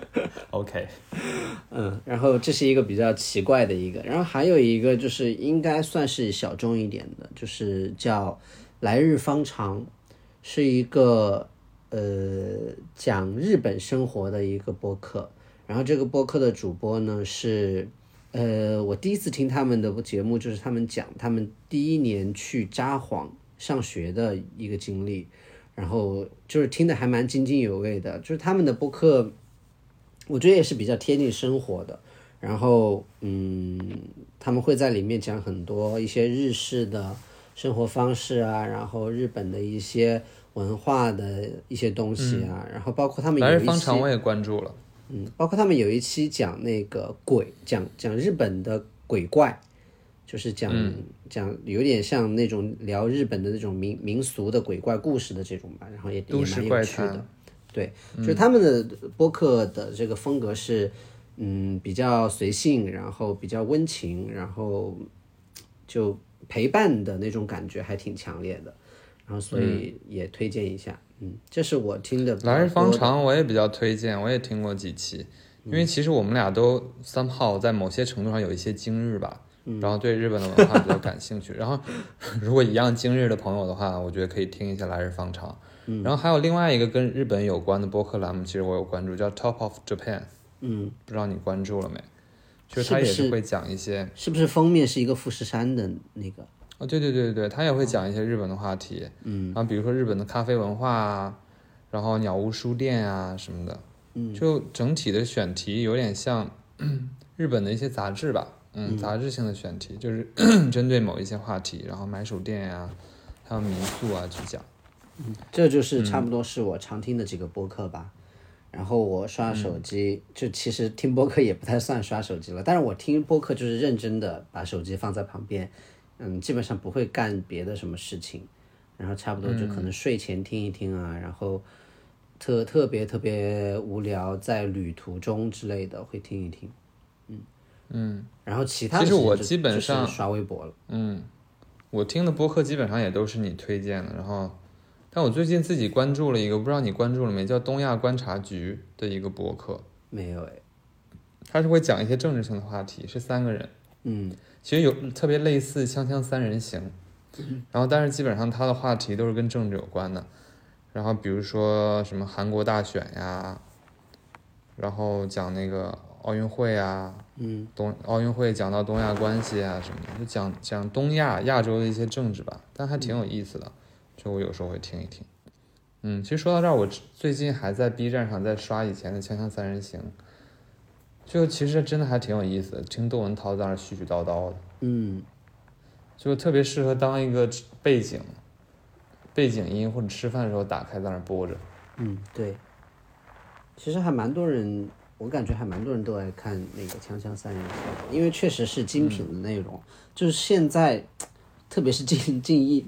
OK。 然后这是一个比较奇怪的一个，然后还有一个就是应该算是小众一点的，就是叫来日方长，是一个讲日本生活的一个播客。然后这个播客的主播呢是我第一次听他们的节目，就是他们讲他们第1年去札幌上学的一个经历，然后就是听得还蛮津津有味的。就是他们的播客我觉得也是比较贴近生活的，然后他们会在里面讲很多一些日式的生活方式啊，然后日本的一些文化的一些东西啊，然后包括他们有一期来日方长我也关注了。 包括他们有一期讲那个鬼，讲日本的鬼怪，就是讲有点像那种聊日本的那种民俗的鬼怪故事的这种吧，然后也蛮有趣的。对，就是他们的播客的这个风格是比较随性，然后比较温情，然后就陪伴的那种感觉还挺强烈的，然后所以也推荐一下。这是我听的。 来日方长我也比较推荐，我也听过几期，因为其实我们俩都 somehow 在某些程度上有一些今日吧，然后对日本的文化比较感兴趣。然后如果一样今日的朋友的话，我觉得可以听一下来日方长。然后还有另外一个跟日本有关的播客栏目，其实我有关注，叫 Top of Japan。不知道你关注了没？就是他也是会讲一些， 是不是封面是一个富士山的那个？ 哦，对，他也会讲一些日本的话题。然后比如说日本的咖啡文化啊，然后鸟屋书店啊什么的。就整体的选题有点像日本的一些杂志吧。杂志性的选题，就是针对某一些话题，然后买手店呀，还有民宿啊去讲。 这就是差不多是我常听的几个播客吧。然后我刷手机，就其实听播客也不太算刷手机了，但是我听播客就是认真的把手机放在旁边，基本上不会干别的什么事情，然后差不多就可能睡前听一听啊，然后特别无聊，在旅途中之类的会听一听。然后其他的其实我基本上就是刷微博了。 我听的播客基本上也都是你推荐的，然后但我最近自己关注了一个，不知道你关注了没，叫东亚观察局的一个播客。 没有他是会讲一些政治性的话题，是3个人。其实有特别类似锵锵三人行。然后但是基本上他的话题都是跟政治有关的，然后比如说什么韩国大选呀，然后讲那个奥运会啊，奥运会讲到东亚关系啊什么的，就讲东亚洲的一些政治吧，但还挺有意思的，就我有时候会听一听。其实说到这儿，我最近还在 B 站上在刷以前的锵锵三人行，就其实真的还挺有意思的，听窦文涛在那絮絮叨叨的。就特别适合当一个背景音，或者吃饭的时候打开在那播着。 对，其实还蛮多人，我感觉还蛮多人都爱看那个锵锵三人行，因为确实是精品的内容。就是现在，特别是近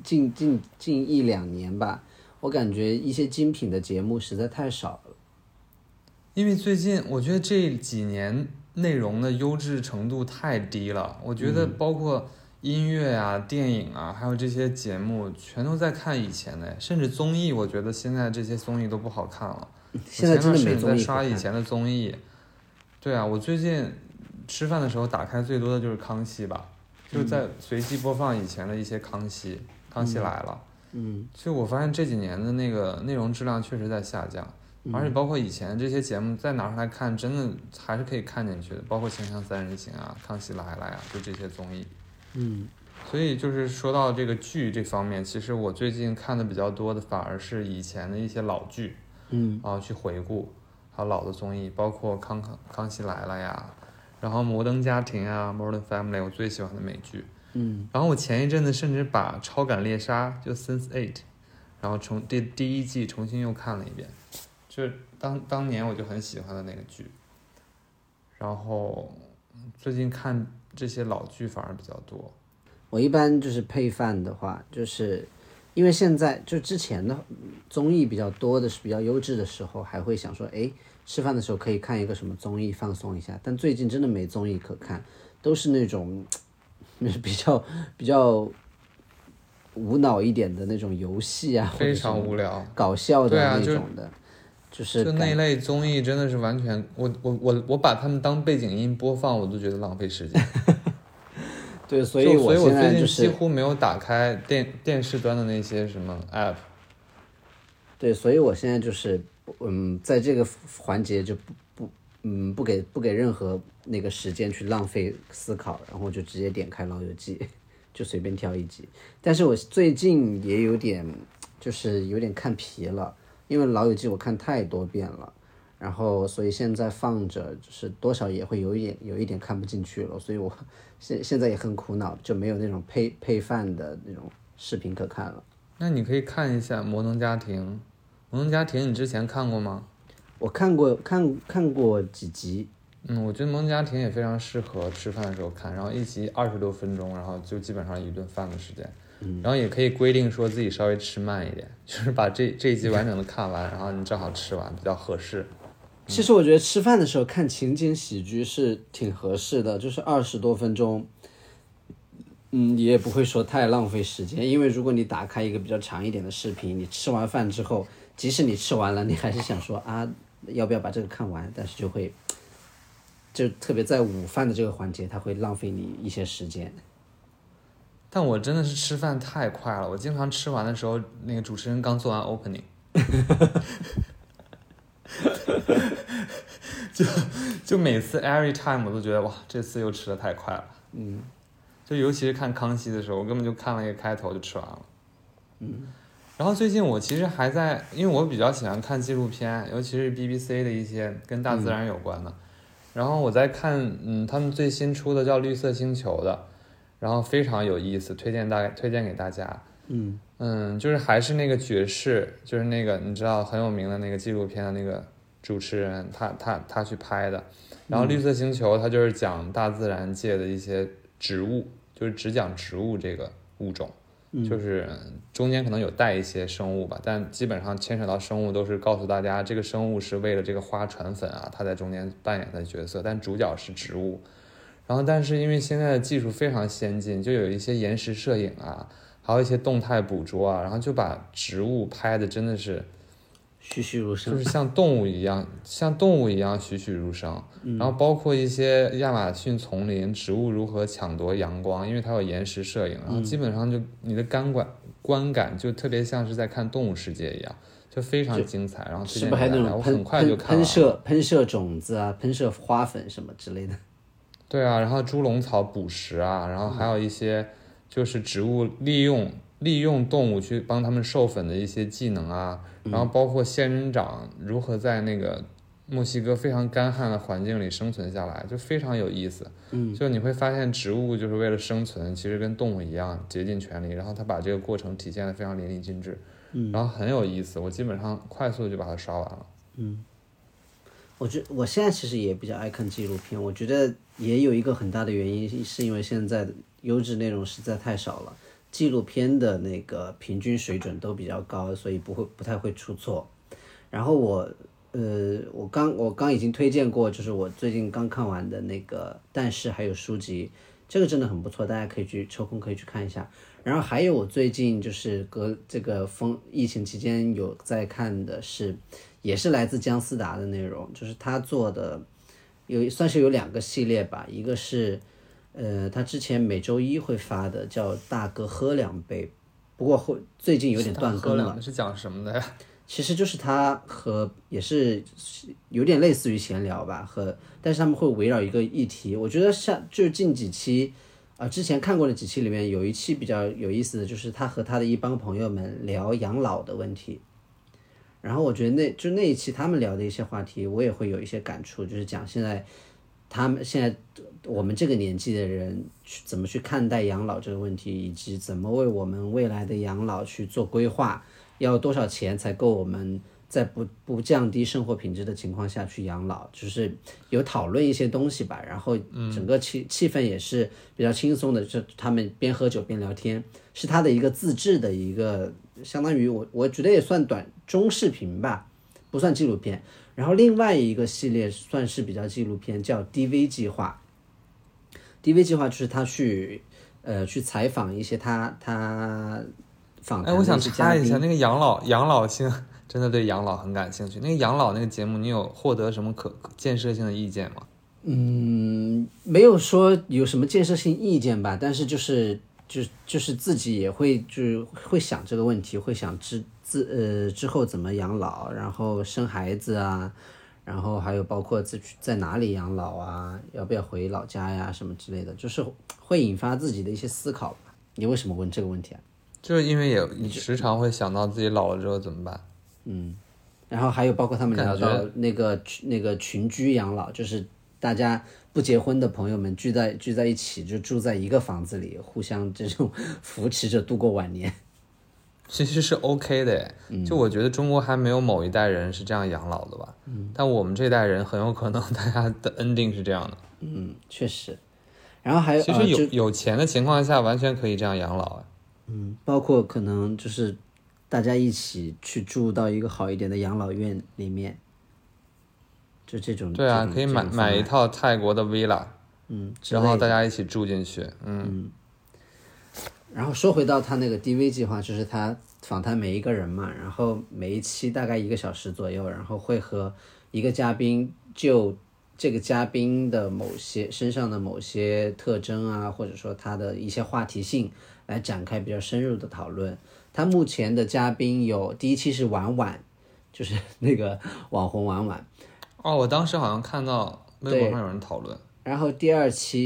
1-2年吧，我感觉一些精品的节目实在太少了。 因为最近我觉得这几年内容的优质程度太低了，我觉得包括音乐啊、电影啊，还有这些节目，全都在看以前的，甚至综艺，我觉得现在这些综艺都不好看了。 现在真的没我前段时间在综艺可看刷以前的综艺。对啊，我最近吃饭的时候打开最多的就是康熙吧，就是在随机播放以前的一些康熙来了。就我发现这几年的那个内容质量确实在下降，而且包括以前这些节目再拿出来看，真的还是可以看进去的，包括《锵锵三人行》啊、康熙来了呀，就这些综艺。所以就是说到这个剧这方面，其实我最近看的比较多的反而是以前的一些老剧，去回顾，还有老的综艺，包括康熙来了呀，然后摩登家庭啊 Modern Family 我最喜欢的美剧。然后我前一阵子甚至把超感猎杀就 Sense8， 然后第一季重新又看了一遍，就是当年我就很喜欢的那个剧。然后最近看这些老剧反而比较多。 我一般就是配饭的话，就是因为现在就之前的综艺比较多的是比较优质的时候，还会想说，哎，吃饭的时候可以看一个什么综艺放松一下。但最近真的没综艺可看，都是那种比较无脑一点的那种游戏啊， 非常无聊， 搞笑的那种的， 就那类综艺真的是完全，我把他们当背景音播放，我都觉得浪费时间。 对，所以我最近几乎没有打开电视端的那些什么 app。 对，所以我现在就是在这个环节就不给任何那个时间去浪费思考，然后就直接点开《老友记》，就随便挑一集。但是我最近也有点看疲了，因为《老友记》我看太多遍了，然后所以现在放着就是多少也会有一点看不进去了，所以我现在也很苦恼，就没有那种配饭的那种视频可看了。 那你可以看一下《摩登家庭》，《摩登家庭》你之前看过吗？ 我看过几集。 我觉得《摩登家庭》也非常适合吃饭的时候看，然后一集20多分钟，然后就基本上一顿饭的时间。然后也可以规定说自己稍微吃慢一点，就是把这一集完整的看完，然后你正好吃完比较合适。 其实我觉得吃饭的时候看情景喜剧是挺合适的，就是20多分钟，也不会说太浪费时间。因为如果你打开一个比较长一点的视频，你吃完饭之后，即使你吃完了，你还是想说啊，要不要把这个看完？但是就特别在午饭的这个环节，它会浪费你一些时间。 但我真的是吃饭太快了，我经常吃完的时候，那个主持人刚做完 opening。就每次 every time 我都觉得哇，这次又吃得太快了。就尤其是看康熙的时候，我根本就看了一个开头就吃完了。然后最近我其实还在，因为我比较喜欢看纪录片，尤其是 BBC 的一些跟大自然有关的。然后我在看他们最新出的叫《绿色星球》的，然后非常有意思，推荐给大家。就是还是那个爵士，就是那个你知道很有名的那个纪录片的那个主持人，他去拍的。然后绿色星球它就是讲大自然界的一些植物，就是只讲植物这个物种，就是中间可能有带一些生物吧，但基本上牵扯到生物都是告诉大家这个生物是为了这个花传粉啊，它在中间扮演的角色，但主角是植物。然后但是因为现在的技术非常先进，就有一些延时摄影啊，还有一些动态捕捉啊，然后就把植物拍的真的是栩栩如生， 就是像动物一样栩栩如生。然后包括一些亚马逊丛林植物如何抢夺阳光，因为它有延时摄影，然后基本上就你的观感就特别像是在看动物世界一样，就非常精彩。然后推荐给大家，我很快就看完了。 喷射种子啊，喷射花粉什么之类的。 对啊，然后猪笼草捕食啊，然后还有一些就是植物利用动物去帮他们授粉的一些技能啊，然后包括仙人掌如何在那个墨西哥非常干旱的环境里生存下来，就非常有意思。就你会发现植物就是为了生存，其实跟动物一样竭尽全力，然后他把这个过程体现得非常淋漓尽致，然后很有意思，我基本上快速就把它刷完了。 我现在其实也比较爱看纪录片，我觉得也有一个很大的原因是因为现在的优质内容实在太少了，纪录片的那个平均水准都比较高，所以不太会出错。然后我刚已经推荐过，就是我最近刚看完的那个但是还有书籍，这个真的很不错，大家可以抽空可以去看一下。然后还有我最近就是这个疫情期间有在看的是，也是来自姜思达的内容，就是他做的算是有2个系列吧，一个是他之前每周一会发的叫大哥喝2杯，不过最近有点断更了。 是讲什么的呀？ 其实就是他也是有点类似于闲聊吧，但是他们会围绕一个议题。我觉得就是近几期之前看过的几期里面有一期比较有意思的，就是他和他的一帮朋友们聊养老的问题。然后我觉得那一期他们聊的一些话题，我也会有一些感触，就是讲现在我们这个年纪的人怎么去看待养老这个问题，以及怎么为我们未来的养老去做规划，要多少钱才够我们在不降低生活品质的情况下去养老，就是有讨论一些东西吧。然后整个气氛也是比较轻松的，就他们边喝酒边聊天，是他的一个自制的一个，相当于我觉得也算中视频吧，不算纪录片。然后另外一个系列算是比较纪录片，叫 DV 计划。DV 计划就是他去采访一些他访谈的一些嘉宾。 我想插一下，那个养老性真的对养老很感兴趣。那个养老那个节目，你有获得什么建设性的意见吗？ 没有说有什么建设性意见吧，但是就是自己也会想这个问题，会想之后怎么养老，然后生孩子啊，然后还有包括在哪里养老啊，要不要回老家呀什么之类的，就是会引发自己的一些思考吧。你为什么问这个问题啊？ 就是因为也时常会想到自己老了之后怎么办。 然后还有包括他们聊到那个群居养老，就是大家不结婚的朋友们聚在一起，就住在一个房子里，互相这种扶持着度过晚年。 其实是 OK 的，就我觉得中国还没有某一代人是这样养老的吧，但我们这代人很有可能大家的 ending 是这样的。 确实。然后还有其实有钱的情况下完全可以这样养老。 包括可能就是大家一起去住到一个好一点的养老院里面，就这种。 对啊，可以买一套泰国的 villa，然后大家一起住进去。 然后说回到他那个 DV 计划，就是他访谈每一个人嘛，然后每一期大概1个小时左右，然后会和一个嘉宾就这个嘉宾的身上的某些特征啊，或者说他的一些话题性来展开比较深入的讨论。他目前的嘉宾第一期是婉婉，就是那个网红婉婉。 我当时好像看到微博上有人讨论。 然后第二期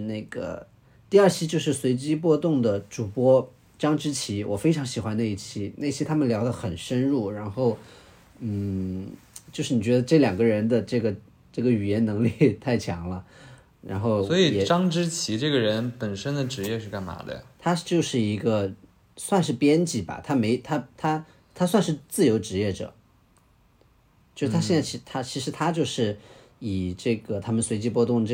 就是随机波动的主播张之琪，我非常喜欢那一期他们聊得很深入，然后就是你觉得这2个人的这个语言能力太强了，然后所以张之琪这个人本身的职业是干嘛的呀？ 他就是一个算是编辑吧，他算是自由职业者，就是他现在其实他就是以这个他们随机波动这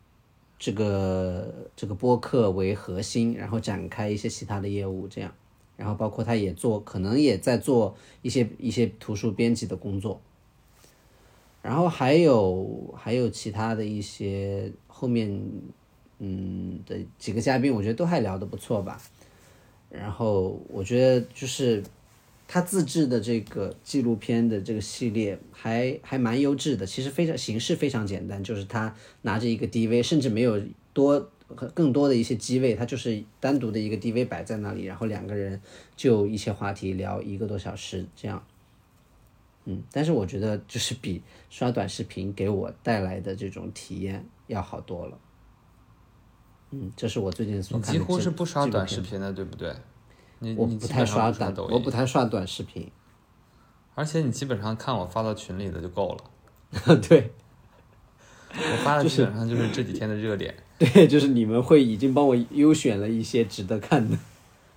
个播客为核心，然后展开一些其他的业务这样，然后包括他可能也在做一些图书编辑的工作，然后还有其他的一些后面的几个嘉宾，我觉得都还聊得不错吧。然后我觉得就是他自制的这个纪录片的这个系列还蛮优质的，其实形式非常简单，就是他拿着一个 DV， 甚至没有更多的一些机位，他就是单独的一个 DV 摆在那里，然后2个人就一些话题聊1个多小时这样。但是我觉得就是比刷短视频给我带来的这种体验要好多了。这是我最近所看的。 你几乎是不刷短视频的，对不对？ 我不太刷短视频， 而且你基本上看我发到群里的就够了。 对， 我发的基本上就是这几天的热点。 对，就是你们会已经帮我优选了一些值得看的。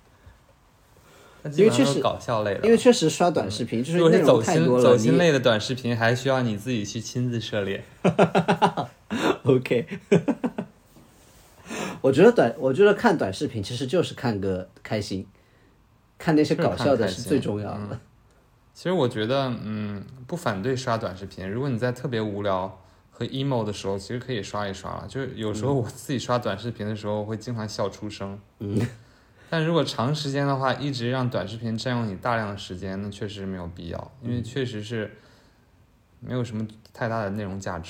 因为确实搞笑类的， 因为确实刷短视频就是内容太多了， 走心类的短视频还需要你自己去亲自涉猎。 OK 我觉得看短视频其实就是看个开心，看那些搞笑的是最重要的。 其实我觉得不反对刷短视频，如果你在特别无聊和 emo 的时候其实可以刷一刷了，就是有时候我自己刷短视频的时候会经常笑出声。但如果长时间的话，一直让短视频占用你大量的时间，那确实没有必要，因为确实是没有什么太大的内容价值了。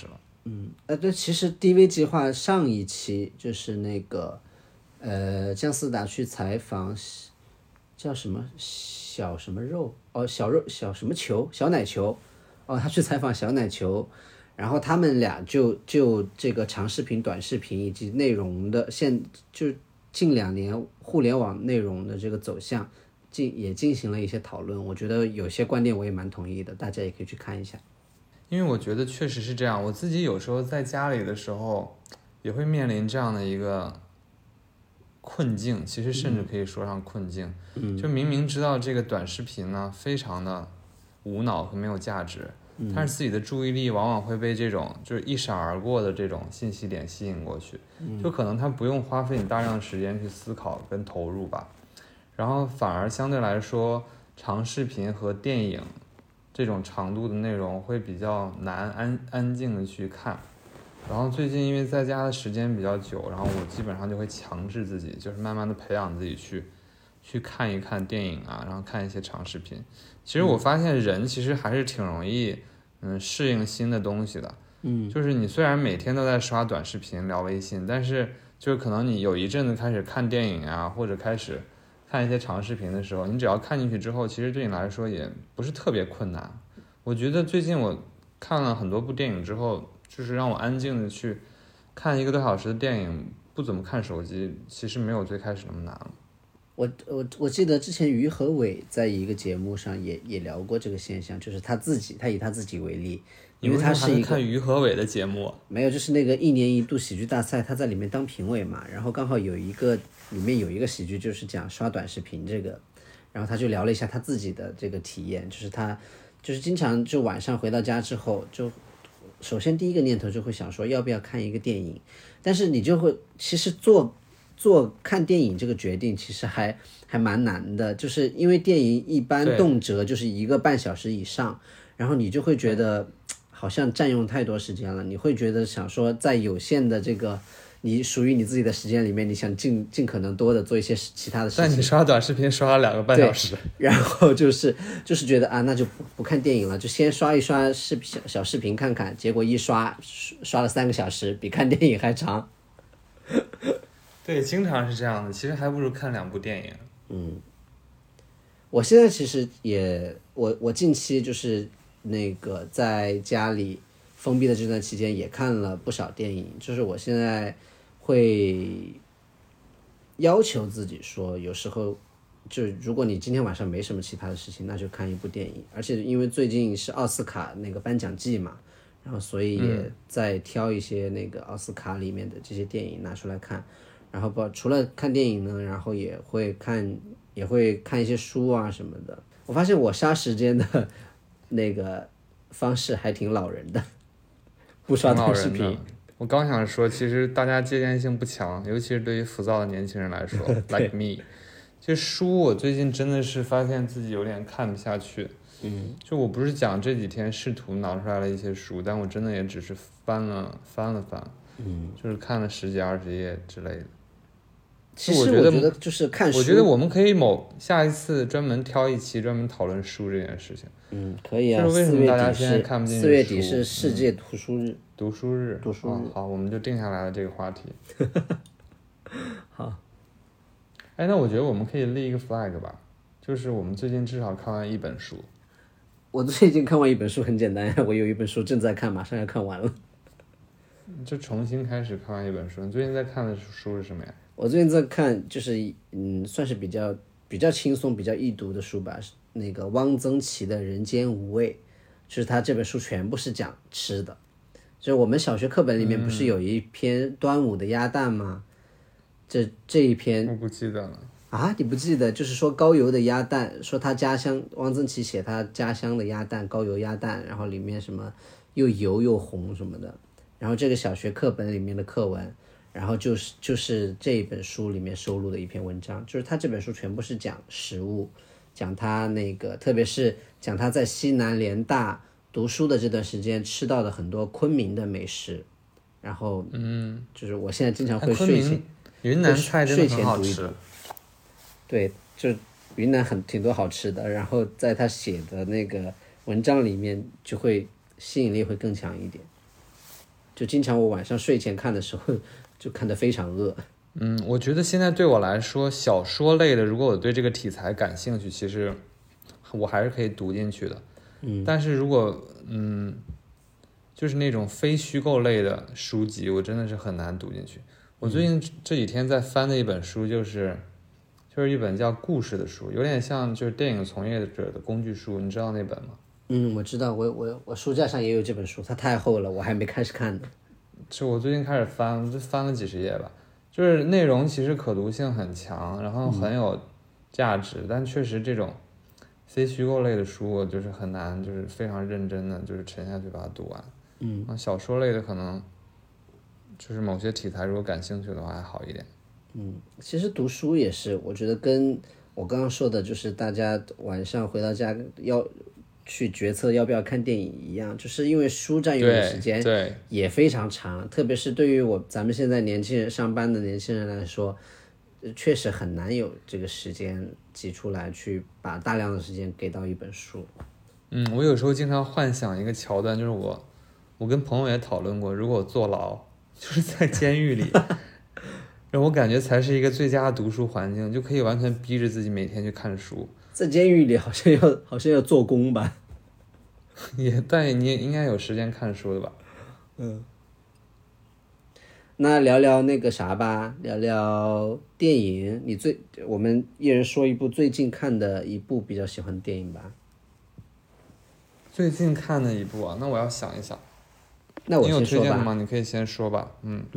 对，其实 DV 计划上一期就是那个姜思达去采访叫什么小什么肉小什么球小奶球他去采访小奶球，然后他们俩就这个长视频、短视频以及内容的就近2年互联网内容的这个走向也进行了一些讨论，我觉得有些观点我也蛮同意的，大家也可以去看一下。 因为我觉得确实是这样，我自己有时候在家里的时候也会面临这样的一个困境，其实甚至可以说上困境。就明明知道这个短视频呢非常的无脑和没有价值，但是自己的注意力往往会被这种就是一闪而过的这种信息点吸引过去，就可能它不用花费你大量的时间去思考跟投入吧，然后反而相对来说长视频和电影这种长度的内容会比较难安静的去看。然后最近因为在家的时间比较久，然后我基本上就会强制自己，就是慢慢的培养自己去看一看电影啊，然后看一些长视频。其实我发现人其实还是挺容易适应新的东西的。就是你虽然每天都在刷短视频聊微信，但是就是可能你有一阵子开始看电影啊，或者开始看一些长视频的时候，你只要看进去之后，其实对你来说也不是特别困难。我觉得最近我看了很多部电影之后，就是让我安静的去看1个多小时的电影，不怎么看手机，其实没有最开始那么难了。 我记得之前于和伟在一个节目上也聊过这个现象，就是他以他自己为例，因为他是一个看于和伟的节目， 没有，就是那个1年1度喜剧大赛，他在里面当评委嘛，然后刚好里面有一个喜剧就是讲刷短视频这个，然后他就聊了一下他自己的这个体验，就是他就是经常就晚上回到家之后，就首先第一个念头就会想说要不要看一个电影，但是你就会其实做看电影这个决定其实还蛮难的，就是因为电影一般动辄就是1个半小时以上，然后你就会觉得好像占用太多时间了，你会觉得想说在有限的这个你属于你自己的时间里面，你想尽可能多的做一些其他的事情。 但你刷短视频刷了2个半小时， 然后就是觉得啊，那就不看电影了，就先刷一刷小视频看看，结果一刷了3个小时，比看电影还长。 对，经常是这样的，其实还不如看2部电影。 我现在其实我近期就是那个在家里封闭的这段期间也看了不少电影，就是我现在会要求自己说，有时候就如果你今天晚上没什么其他的事情，那就看一部电影，而且因为最近是奥斯卡那个颁奖季嘛，然后所以也在挑一些那个奥斯卡里面的这些电影拿出来看，然后除了看电影呢，然后也会看一些书啊什么的。我发现我杀时间的那个方式还挺老人的，不刷短视频。 我刚想说，其实大家借鉴性不强，尤其是对于浮躁的年轻人来说，like me。其实书我最近真的是发现自己有点看不下去。就我不是讲这几天试图拿出来了一些书，但我真的也只是翻了翻，就是看了10几20页之类的。 其实我觉得就是看书， 我觉得我们可以下一次专门挑一期专门讨论书这件事情。 可以啊。 就是为什么大家现在看不进去 ？4月底是世界读书日。 读书日。好，我们就定下来了这个话题。 好。 那我觉得我们可以立一个 flag 吧，就是我们最近至少看完1本书。 我最近看完1本书很简单，我有1本书正在看，马上要看完了。 就重新开始看完1本书。你最近在看的书是什么呀？ 我最近在看，就是算是比较轻松、比较易读的书吧。那个汪曾祺的《人间无味》，就是他这本书全部是讲吃的。就是我们小学课本里面不是有一篇端午的鸭蛋吗？这一篇我不记得了啊，你不记得？就是说高邮的鸭蛋，说他家乡汪曾祺写他家乡的鸭蛋，高邮鸭蛋，然后里面什么又油又红什么的。然后这个小学课本里面的课文。然后就是这一本书里面收录的一篇文章，就是他这本书全部是讲食物，讲他那个，特别是讲他在西南联大读书的这段时间吃到的很多昆明的美食。然后就是我现在经常会睡前云南菜真的很好吃。 对，就云南挺多好吃的，然后在他写的那个文章里面就会吸引力会更强一点。 就经常我晚上睡前看的时候就看得非常饿。 我觉得现在对我来说，小说类的，如果我对这个题材感兴趣，其实我还是可以读进去的。但是如果就是那种非虚构类的书籍，我真的是很难读进去。我最近这几天在翻的一本书，就是一本叫故事的书，有点像就是电影从业者的工具书，你知道那本吗？ 我知道，我书架上也有这本书，它太厚了，我还没开始看呢。 是我最近开始翻，就翻了几十页吧。就是内容其实可读性很强，然后很有价值，但确实这种非虚构类的书，我就是很难，就是非常认真的就是沉下去把它读完。小说类的可能就是某些题材如果感兴趣的话还好一点。 其实读书也是，我觉得跟我刚刚说的，就是大家晚上回到家要去决策要不要看电影一样，就是因为书占用的时间也非常长，特别是对于咱们现在年轻人上班的年轻人来说，确实很难有这个时间挤出来去把大量的时间给到一本书。 我有时候经常幻想一个桥段，就是我跟朋友也讨论过，如果我坐牢，就是在监狱里，然后我感觉才是一个最佳的读书环境，就可以完全逼着自己每天去看书。 在监狱里好像要做工吧？ 但你也应该有时间看书的吧？ 那聊聊那个啥吧，聊聊电影。我们一人说一部最近看的一部比较喜欢的电影吧。 最近看的一部啊，那我要想一想。 那我先说吧。 你有推荐的吗？你可以先说吧。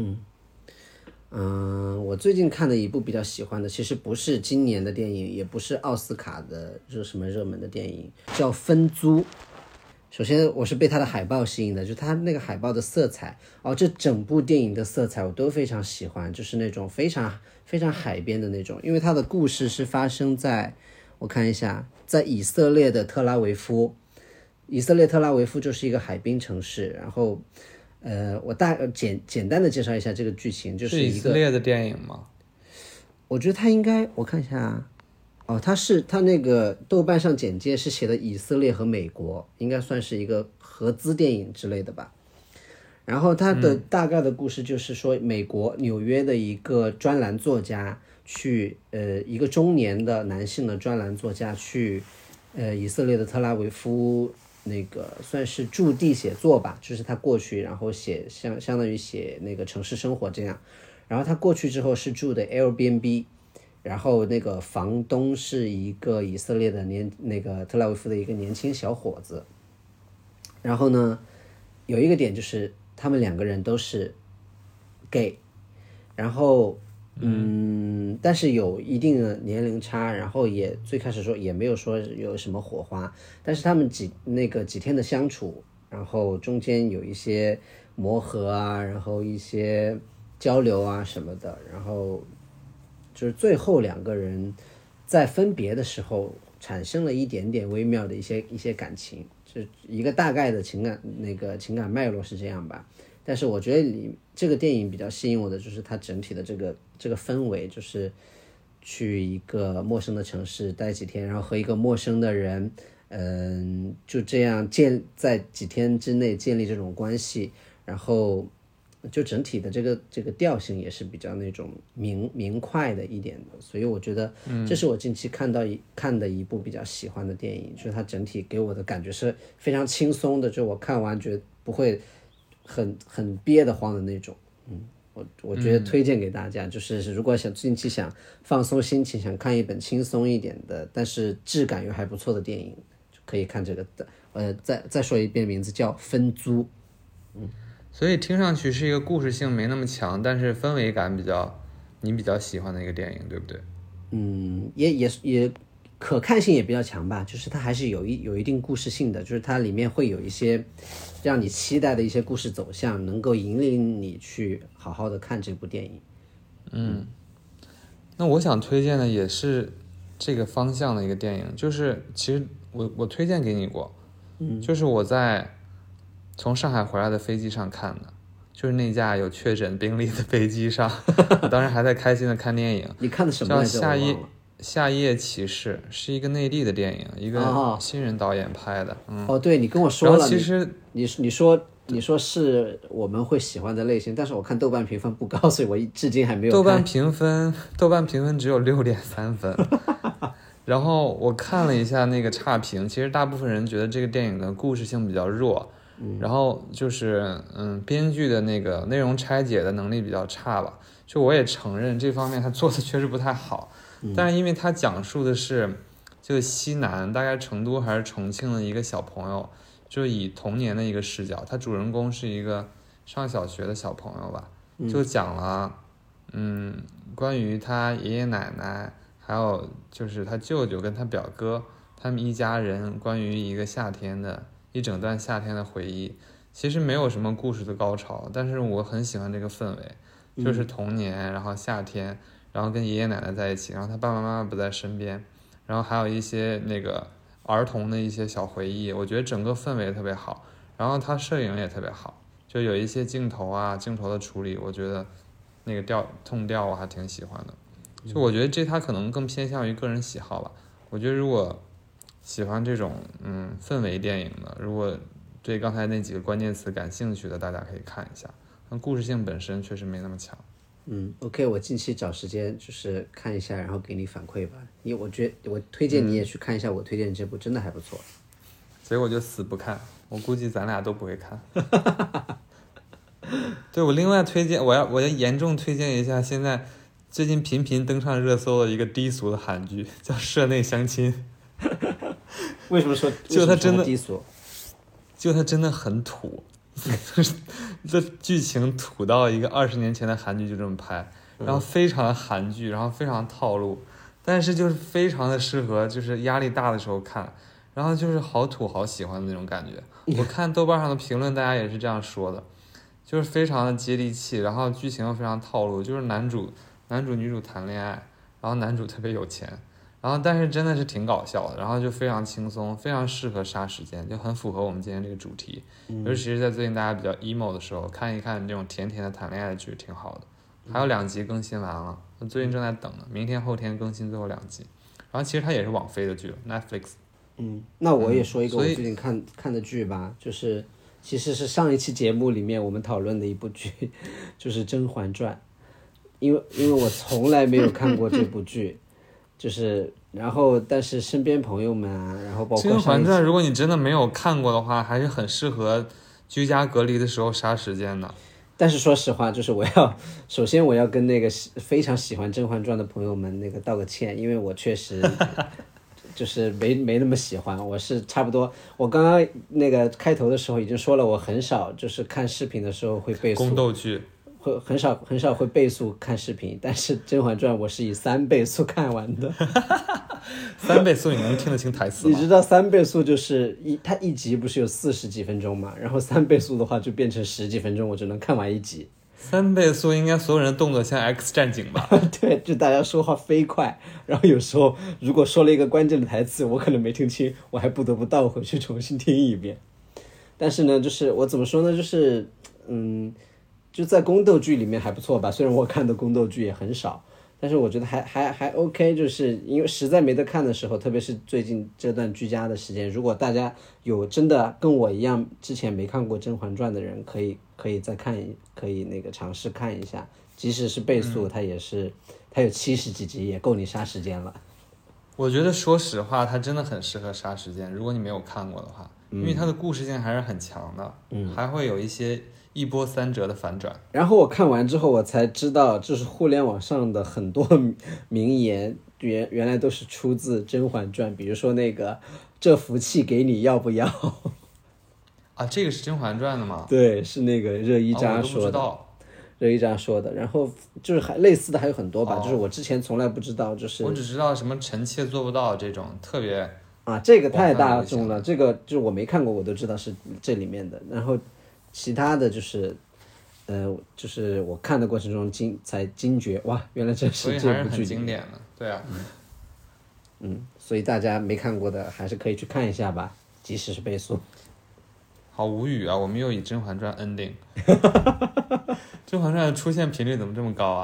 我最近看的一部比较喜欢的，其实不是今年的电影，也不是奥斯卡的什么热门的电影，叫《分租》。首先我是被它的海报吸引的，就它那个海报的色彩，这整部电影的色彩我都非常喜欢，就是那种非常非常海边的那种。因为它的故事是发生在，我看一下，在以色列的特拉维夫。以色列特拉维夫就是一个海滨城市，然后我简单的介绍一下这个剧情，就是以色列的电影吗？ 我觉得它应该，我看一下它那个豆瓣上简介是写的以色列和美国，应该算是一个合资电影之类的吧。然后它的大概的故事就是说，美国纽约的一个专栏作家去一个中年的男性的专栏作家去以色列的特拉维夫那个算是驻地写作吧，就是他过去然后写相当于写那个城市生活这样。然后他过去之后是住的 Airbnb， 然后那个房东是一个以色列的那个特拉维夫的一个年轻小伙子。然后呢，有一个点就是他们两个人都是 gay， 然后但是有一定的年龄差，然后也最开始说也没有说有什么火花，但是他们几天的相处，然后中间有一些磨合啊，然后一些交流啊什么的，然后就是最后两个人在分别的时候产生了一点点微妙的一些感情，就一个大概的情感脉络是这样吧。但是我觉得这个电影比较吸引我的就是它整体的这个氛围，就是去一个陌生的城市待几天，然后和一个陌生的人就这样在几天之内建立这种关系，然后就整体的这个调性也是比较那种明快的一点的。所以我觉得这是我近期看的一部比较喜欢的电影，就是它整体给我的感觉是非常轻松的，就我看完觉得不会很憋得慌的那种。我觉得推荐给大家，就是如果近期想放松心情，想看一本轻松一点的但是质感又还不错的电影，就可以看这个再说一遍名字叫分租。 所以听上去是一个故事性没那么强，但是氛围感你比较喜欢的一个电影，对不对？ 也可看性也比较强吧，就是它还是有一定故事性的，就是它里面会有一些让你期待的一些故事走向，能够引领你去好好的看这部电影。 那我想推荐的也是这个方向的一个电影，就是其实我推荐给你过，就是我在从上海回来的飞机上看的，就是那架有确诊病例的飞机上，我当时还在开心的看电影。 你看的什么来着？ 叫夏夜骑士，是一个内地的电影，一个新人导演拍的。 对，你跟我说了。 然后其实你说你说是我们会喜欢的类型，但是我看豆瓣评分不高，所以我至今还没有看。 豆瓣评分只有6.3分。然后我看了一下那个差评，其实大部分人觉得这个电影的故事性比较弱，然后就是编剧的那个内容拆解的能力比较差吧。就我也承认这方面他做的确实不太好，但是因为他讲述的是就西南大概成都还是重庆的一个小朋友，就以童年的一个视角，他主人公是一个上小学的小朋友吧，就讲了关于他爷爷奶奶还有就是他舅舅跟他表哥他们一家人关于一个夏天的一整段夏天的回忆。其实没有什么故事的高潮，但是我很喜欢这个氛围，就是童年，然后夏天，然后跟爷爷奶奶在一起，然后他爸爸妈妈不在身边，然后还有一些那个儿童的一些小回忆，我觉得整个氛围特别好，然后他摄影也特别好，就有一些镜头的处理，我觉得那个痛调我还挺喜欢的。就我觉得这他可能更偏向于个人喜好吧。我觉得如果喜欢这种氛围电影的，如果对刚才那几个关键词感兴趣的，大家可以看一下。但故事性本身确实没那么强。 OK， 我近期找时间就是看一下，然后给你反馈吧。我推荐你也去看一下我推荐的这部，真的还不错。 结果就死不看，我估计咱俩都不会看。对，我另外推荐，我要严重推荐一下，现在最近频频登上热搜的一个低俗的韩剧，叫《社内相亲》。 为什么说就它真的低俗？ 就它真的很土，这剧情土到一个20年前的韩剧就这么拍，然后非常的韩剧，然后非常套路，但是就是非常的适合就是压力大的时候看，然后就是好土好喜欢的那种感觉。我看豆瓣上的评论，大家也是这样说的，就是非常的接地气，然后剧情又非常套路，就是男主女主谈恋爱，然后男主特别有钱。然后但是真的是挺搞笑的，然后就非常轻松，非常适合杀时间，就很符合我们今天这个主题。尤其是在最近大家比较 emo 的时候，看一看这种甜甜的谈恋爱的剧挺好的。还有2集更新完了，我最近正在等呢，明天后天更新最后2集。然后其实它也是网飞的剧 ，Netflix。 那我也说一个我最近看的剧吧，就是其实是上一期节目里面我们讨论的一部剧，就是《甄嬛传》，因为我从来没有看过这部剧。就是然后但是身边朋友们然后包括《 甄嬛传》，如果你真的没有看过的话，还是很适合居家隔离的时候杀时间的。 但是说实话，就是首先我要跟那个非常喜欢《甄嬛传》的朋友们那个道个歉，因为我确实就是没那么喜欢。我是差不多，我刚刚那个开头的时候已经说了，我很少就是看视频的时候会背诵宫斗剧。 会很少会倍速看视频，但是《甄嬛传》我是以3倍速看完的。 3倍速你能听得清台词吗？ 你知道3倍速就是它一集不是有40几分钟嘛，然后3倍速的话就变成10几分钟，我只能看完一集。 3倍速应该所有人的动作像 X 战警吧？ 对，就大家说话飞快，然后有时候如果说了一个关键的台词，我可能没听清，我还不得不倒回去重新听一遍。但是呢，就是我怎么说呢，就是就在宫斗剧里面还不错吧，虽然我看的宫斗剧也很少，但是我觉得还 OK， 就是因为实在没得看的时候，特别是最近这段居家的时间，如果大家有真的跟我一样之前没看过《甄嬛传》的人，可以再看，可以那个尝试看一下，即使是倍速，它有70几集，也够你杀时间了。 我觉得说实话，它真的很适合杀时间，如果你没有看过的话，因为它的故事性还是很强的，还会有一波三折的反转。 然后我看完之后，我才知道，就是互联网上的很多名言，原来都是出自《甄嬛传》，比如说那个“这福气给你要不要” 啊，这个是《甄嬛传》的吗？ 对，是那个热依扎说的。热依扎说的，然后就是还类似的还有很多吧，就是我之前从来不知道，就是我只知道什么臣妾做不到这种特别这个太大众了，这个就是我没看过，我都知道是这里面的。然后其他的就是就是我看的过程中才惊觉，哇，原来这是这部剧， 所以还是很经典的，对啊。 所以大家没看过的还是可以去看一下吧，即使是倍速。 好无语啊！我们又以《甄嬛传》ending，《甄嬛传》的出现频率怎么这么高啊？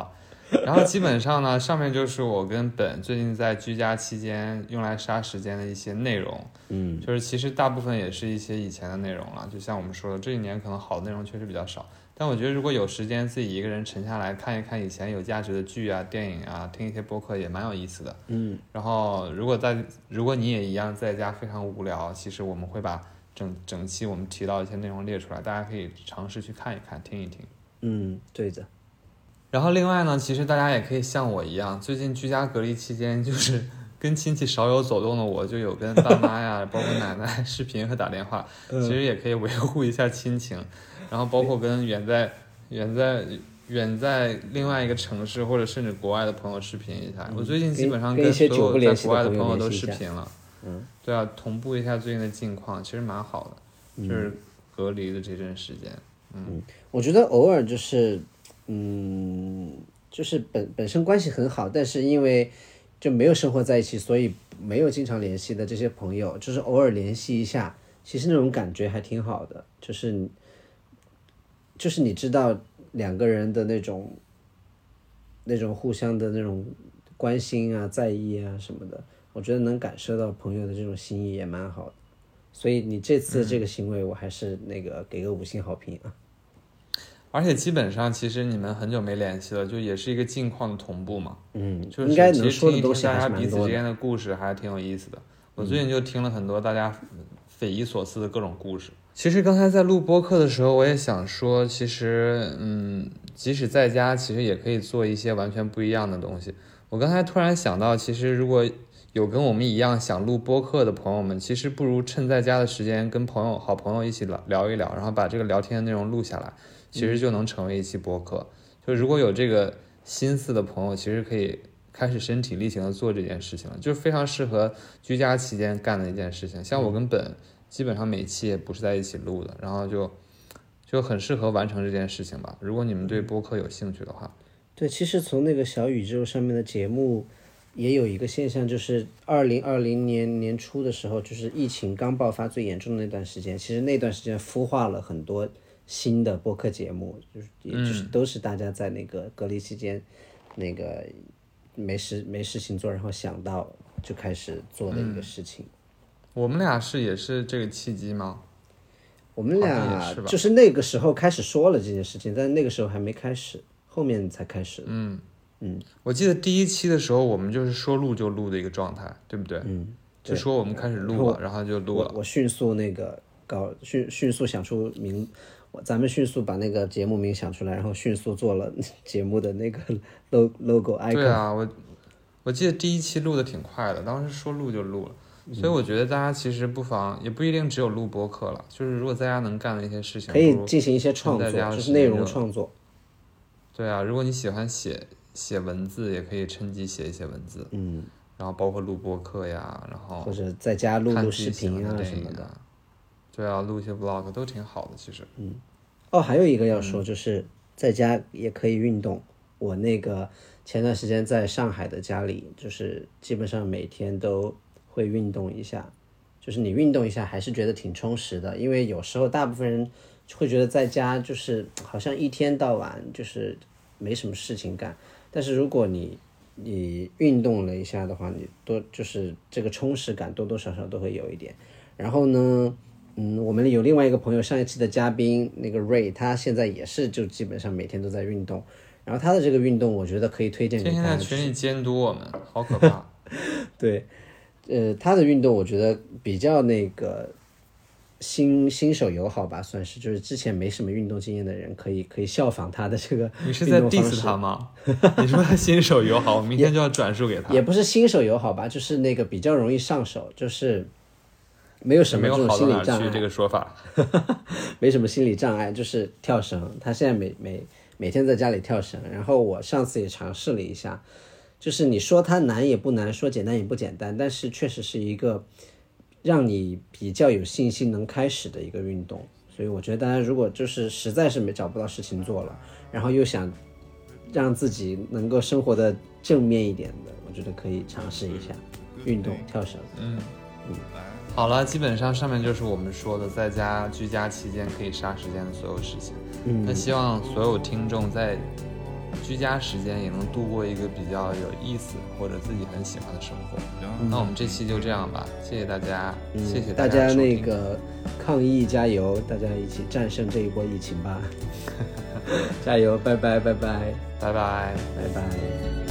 然后基本上呢，上面就是我跟本最近在居家期间用来杀时间的一些内容。就是其实大部分也是一些以前的内容了，就像我们说的，这一年可能好的内容确实比较少。但我觉得如果有时间自己一个人沉下来看一看以前有价值的剧啊、电影啊，听一些播客也蛮有意思的。然后如果你也一样在家非常无聊，其实我们会把整期我们提到一些内容列出来，大家可以尝试去看一看、听一听。 对的。 然后另外呢，其实大家也可以像我一样，最近居家隔离期间，就是跟亲戚少有走动的我，就有跟爸妈呀，包括奶奶视频和打电话，其实也可以维护一下亲情。然后包括跟远在另外一个城市或者甚至国外的朋友视频一下。我最近基本上跟所有在国外的朋友都视频了。对啊，同步一下最近的近况，其实蛮好的。就是隔离的这阵时间。 我觉得偶尔就是就是本身关系很好，但是因为就没有生活在一起，所以没有经常联系的这些朋友，就是偶尔联系一下，其实那种感觉还挺好的。就是你知道两个人的那种互相的那种关心啊、在意啊什么的，我觉得能感受到朋友的这种心意也蛮好的。所以你这次这个行为，我还是给个5星好评啊。 而且基本上其实你们很久没联系了，就也是一个近况的同步嘛。就是应该能说的东西大家还是蛮多的。 彼此之间的故事还挺有意思的。我最近就听了很多大家匪夷所思的各种故事。其实刚才在录播客的时候，我也想说，其实即使在家，其实也可以做一些完全不一样的东西。我刚才突然想到，其实如果有跟我们一样想录播客的朋友们，其实不如趁在家的时间跟好朋友一起聊一聊，然后把这个聊天的内容录下来，其实就能成为一期播客。就如果有这个心思的朋友，其实可以开始身体力行的做这件事情了，就是非常适合居家期间干的一件事情。像我跟本基本上每期也不是在一起录的，然后就很适合完成这件事情吧。如果你们对播客有兴趣的话。 对，其实从那个小宇宙上面的节目也有一个现象，就是2020年年初的时候，就是疫情刚爆发最严重的那段时间，其实那段时间孵化了很多新的播客节目，就是都是大家在那个隔离期间没事情做，然后想到就开始做的一个事情。 我们俩也是这个契机吗？ 我们俩就是那个时候开始说了这件事情，但那个时候还没开始，后面才开始。 我记得第1期的时候，我们就是说录就录的一个状态，对不对？就说我们开始录了，然后就录了。 我迅速迅速想出咱们迅速把那个节目名想出来，然后迅速做了节目的那个 logo icon。 对啊，我记得第1期录的挺快的，当时说录就录了。所以我觉得大家其实不妨，也不一定只有录播客了，就是如果在家能干的一些事情， 可以进行一些创作，就是内容创作。 对啊，如果你喜欢写文字，也可以趁机写一些文字。然后包括录播客呀，然后或者在家录视频啊什么的。 对啊，录一些 vlog 都挺好的，其实。 还有一个要说，就是在家也可以运动。我前段时间在上海的家里，就是基本上每天都会运动一下，就是你运动一下还是觉得挺充实的，因为有时候大部分人会觉得在家就是好像一天到晚就是没什么事情干，但是如果你运动了一下的话，就是这个充实感多多少少都会有一点。然后呢，我们有另外一个朋友，上一期的嘉宾那个 Ray， 他现在也是就基本上每天都在运动，然后他的这个运动我觉得可以推荐给他。 天天在群里监督我们，好可怕。 对。他的运动我觉得比较新手友好吧，算是，就是之前没什么运动经验的人可以效仿他的这个运动方式。 你是在 diss 他吗？你说他新手友好，我明天就要转述给他。 也不是新手友好吧，就是比较容易上手，就是没有什么这种心理障碍。 这个说法没什么心理障碍，就是跳绳。他现在每天在家里跳绳，然后我上次也尝试了一下。就是你说它难也不难，说简单也不简单，但是确实是一个让你比较有信心能开始的一个运动。所以我觉得大家如果就是实在是找不到事情做了，然后又想让自己能够生活的正面一点的，我觉得可以尝试一下运动跳绳。 好了，基本上上面就是我们说的在家居家期间可以杀时间的所有事情。那希望所有听众在居家时间也能度过一个比较有意思或者自己很喜欢的生活。那我们这期就这样吧，谢谢大家，谢谢大家那个抗疫加油，大家一起战胜这一波疫情吧。加油，拜拜拜拜拜拜拜拜。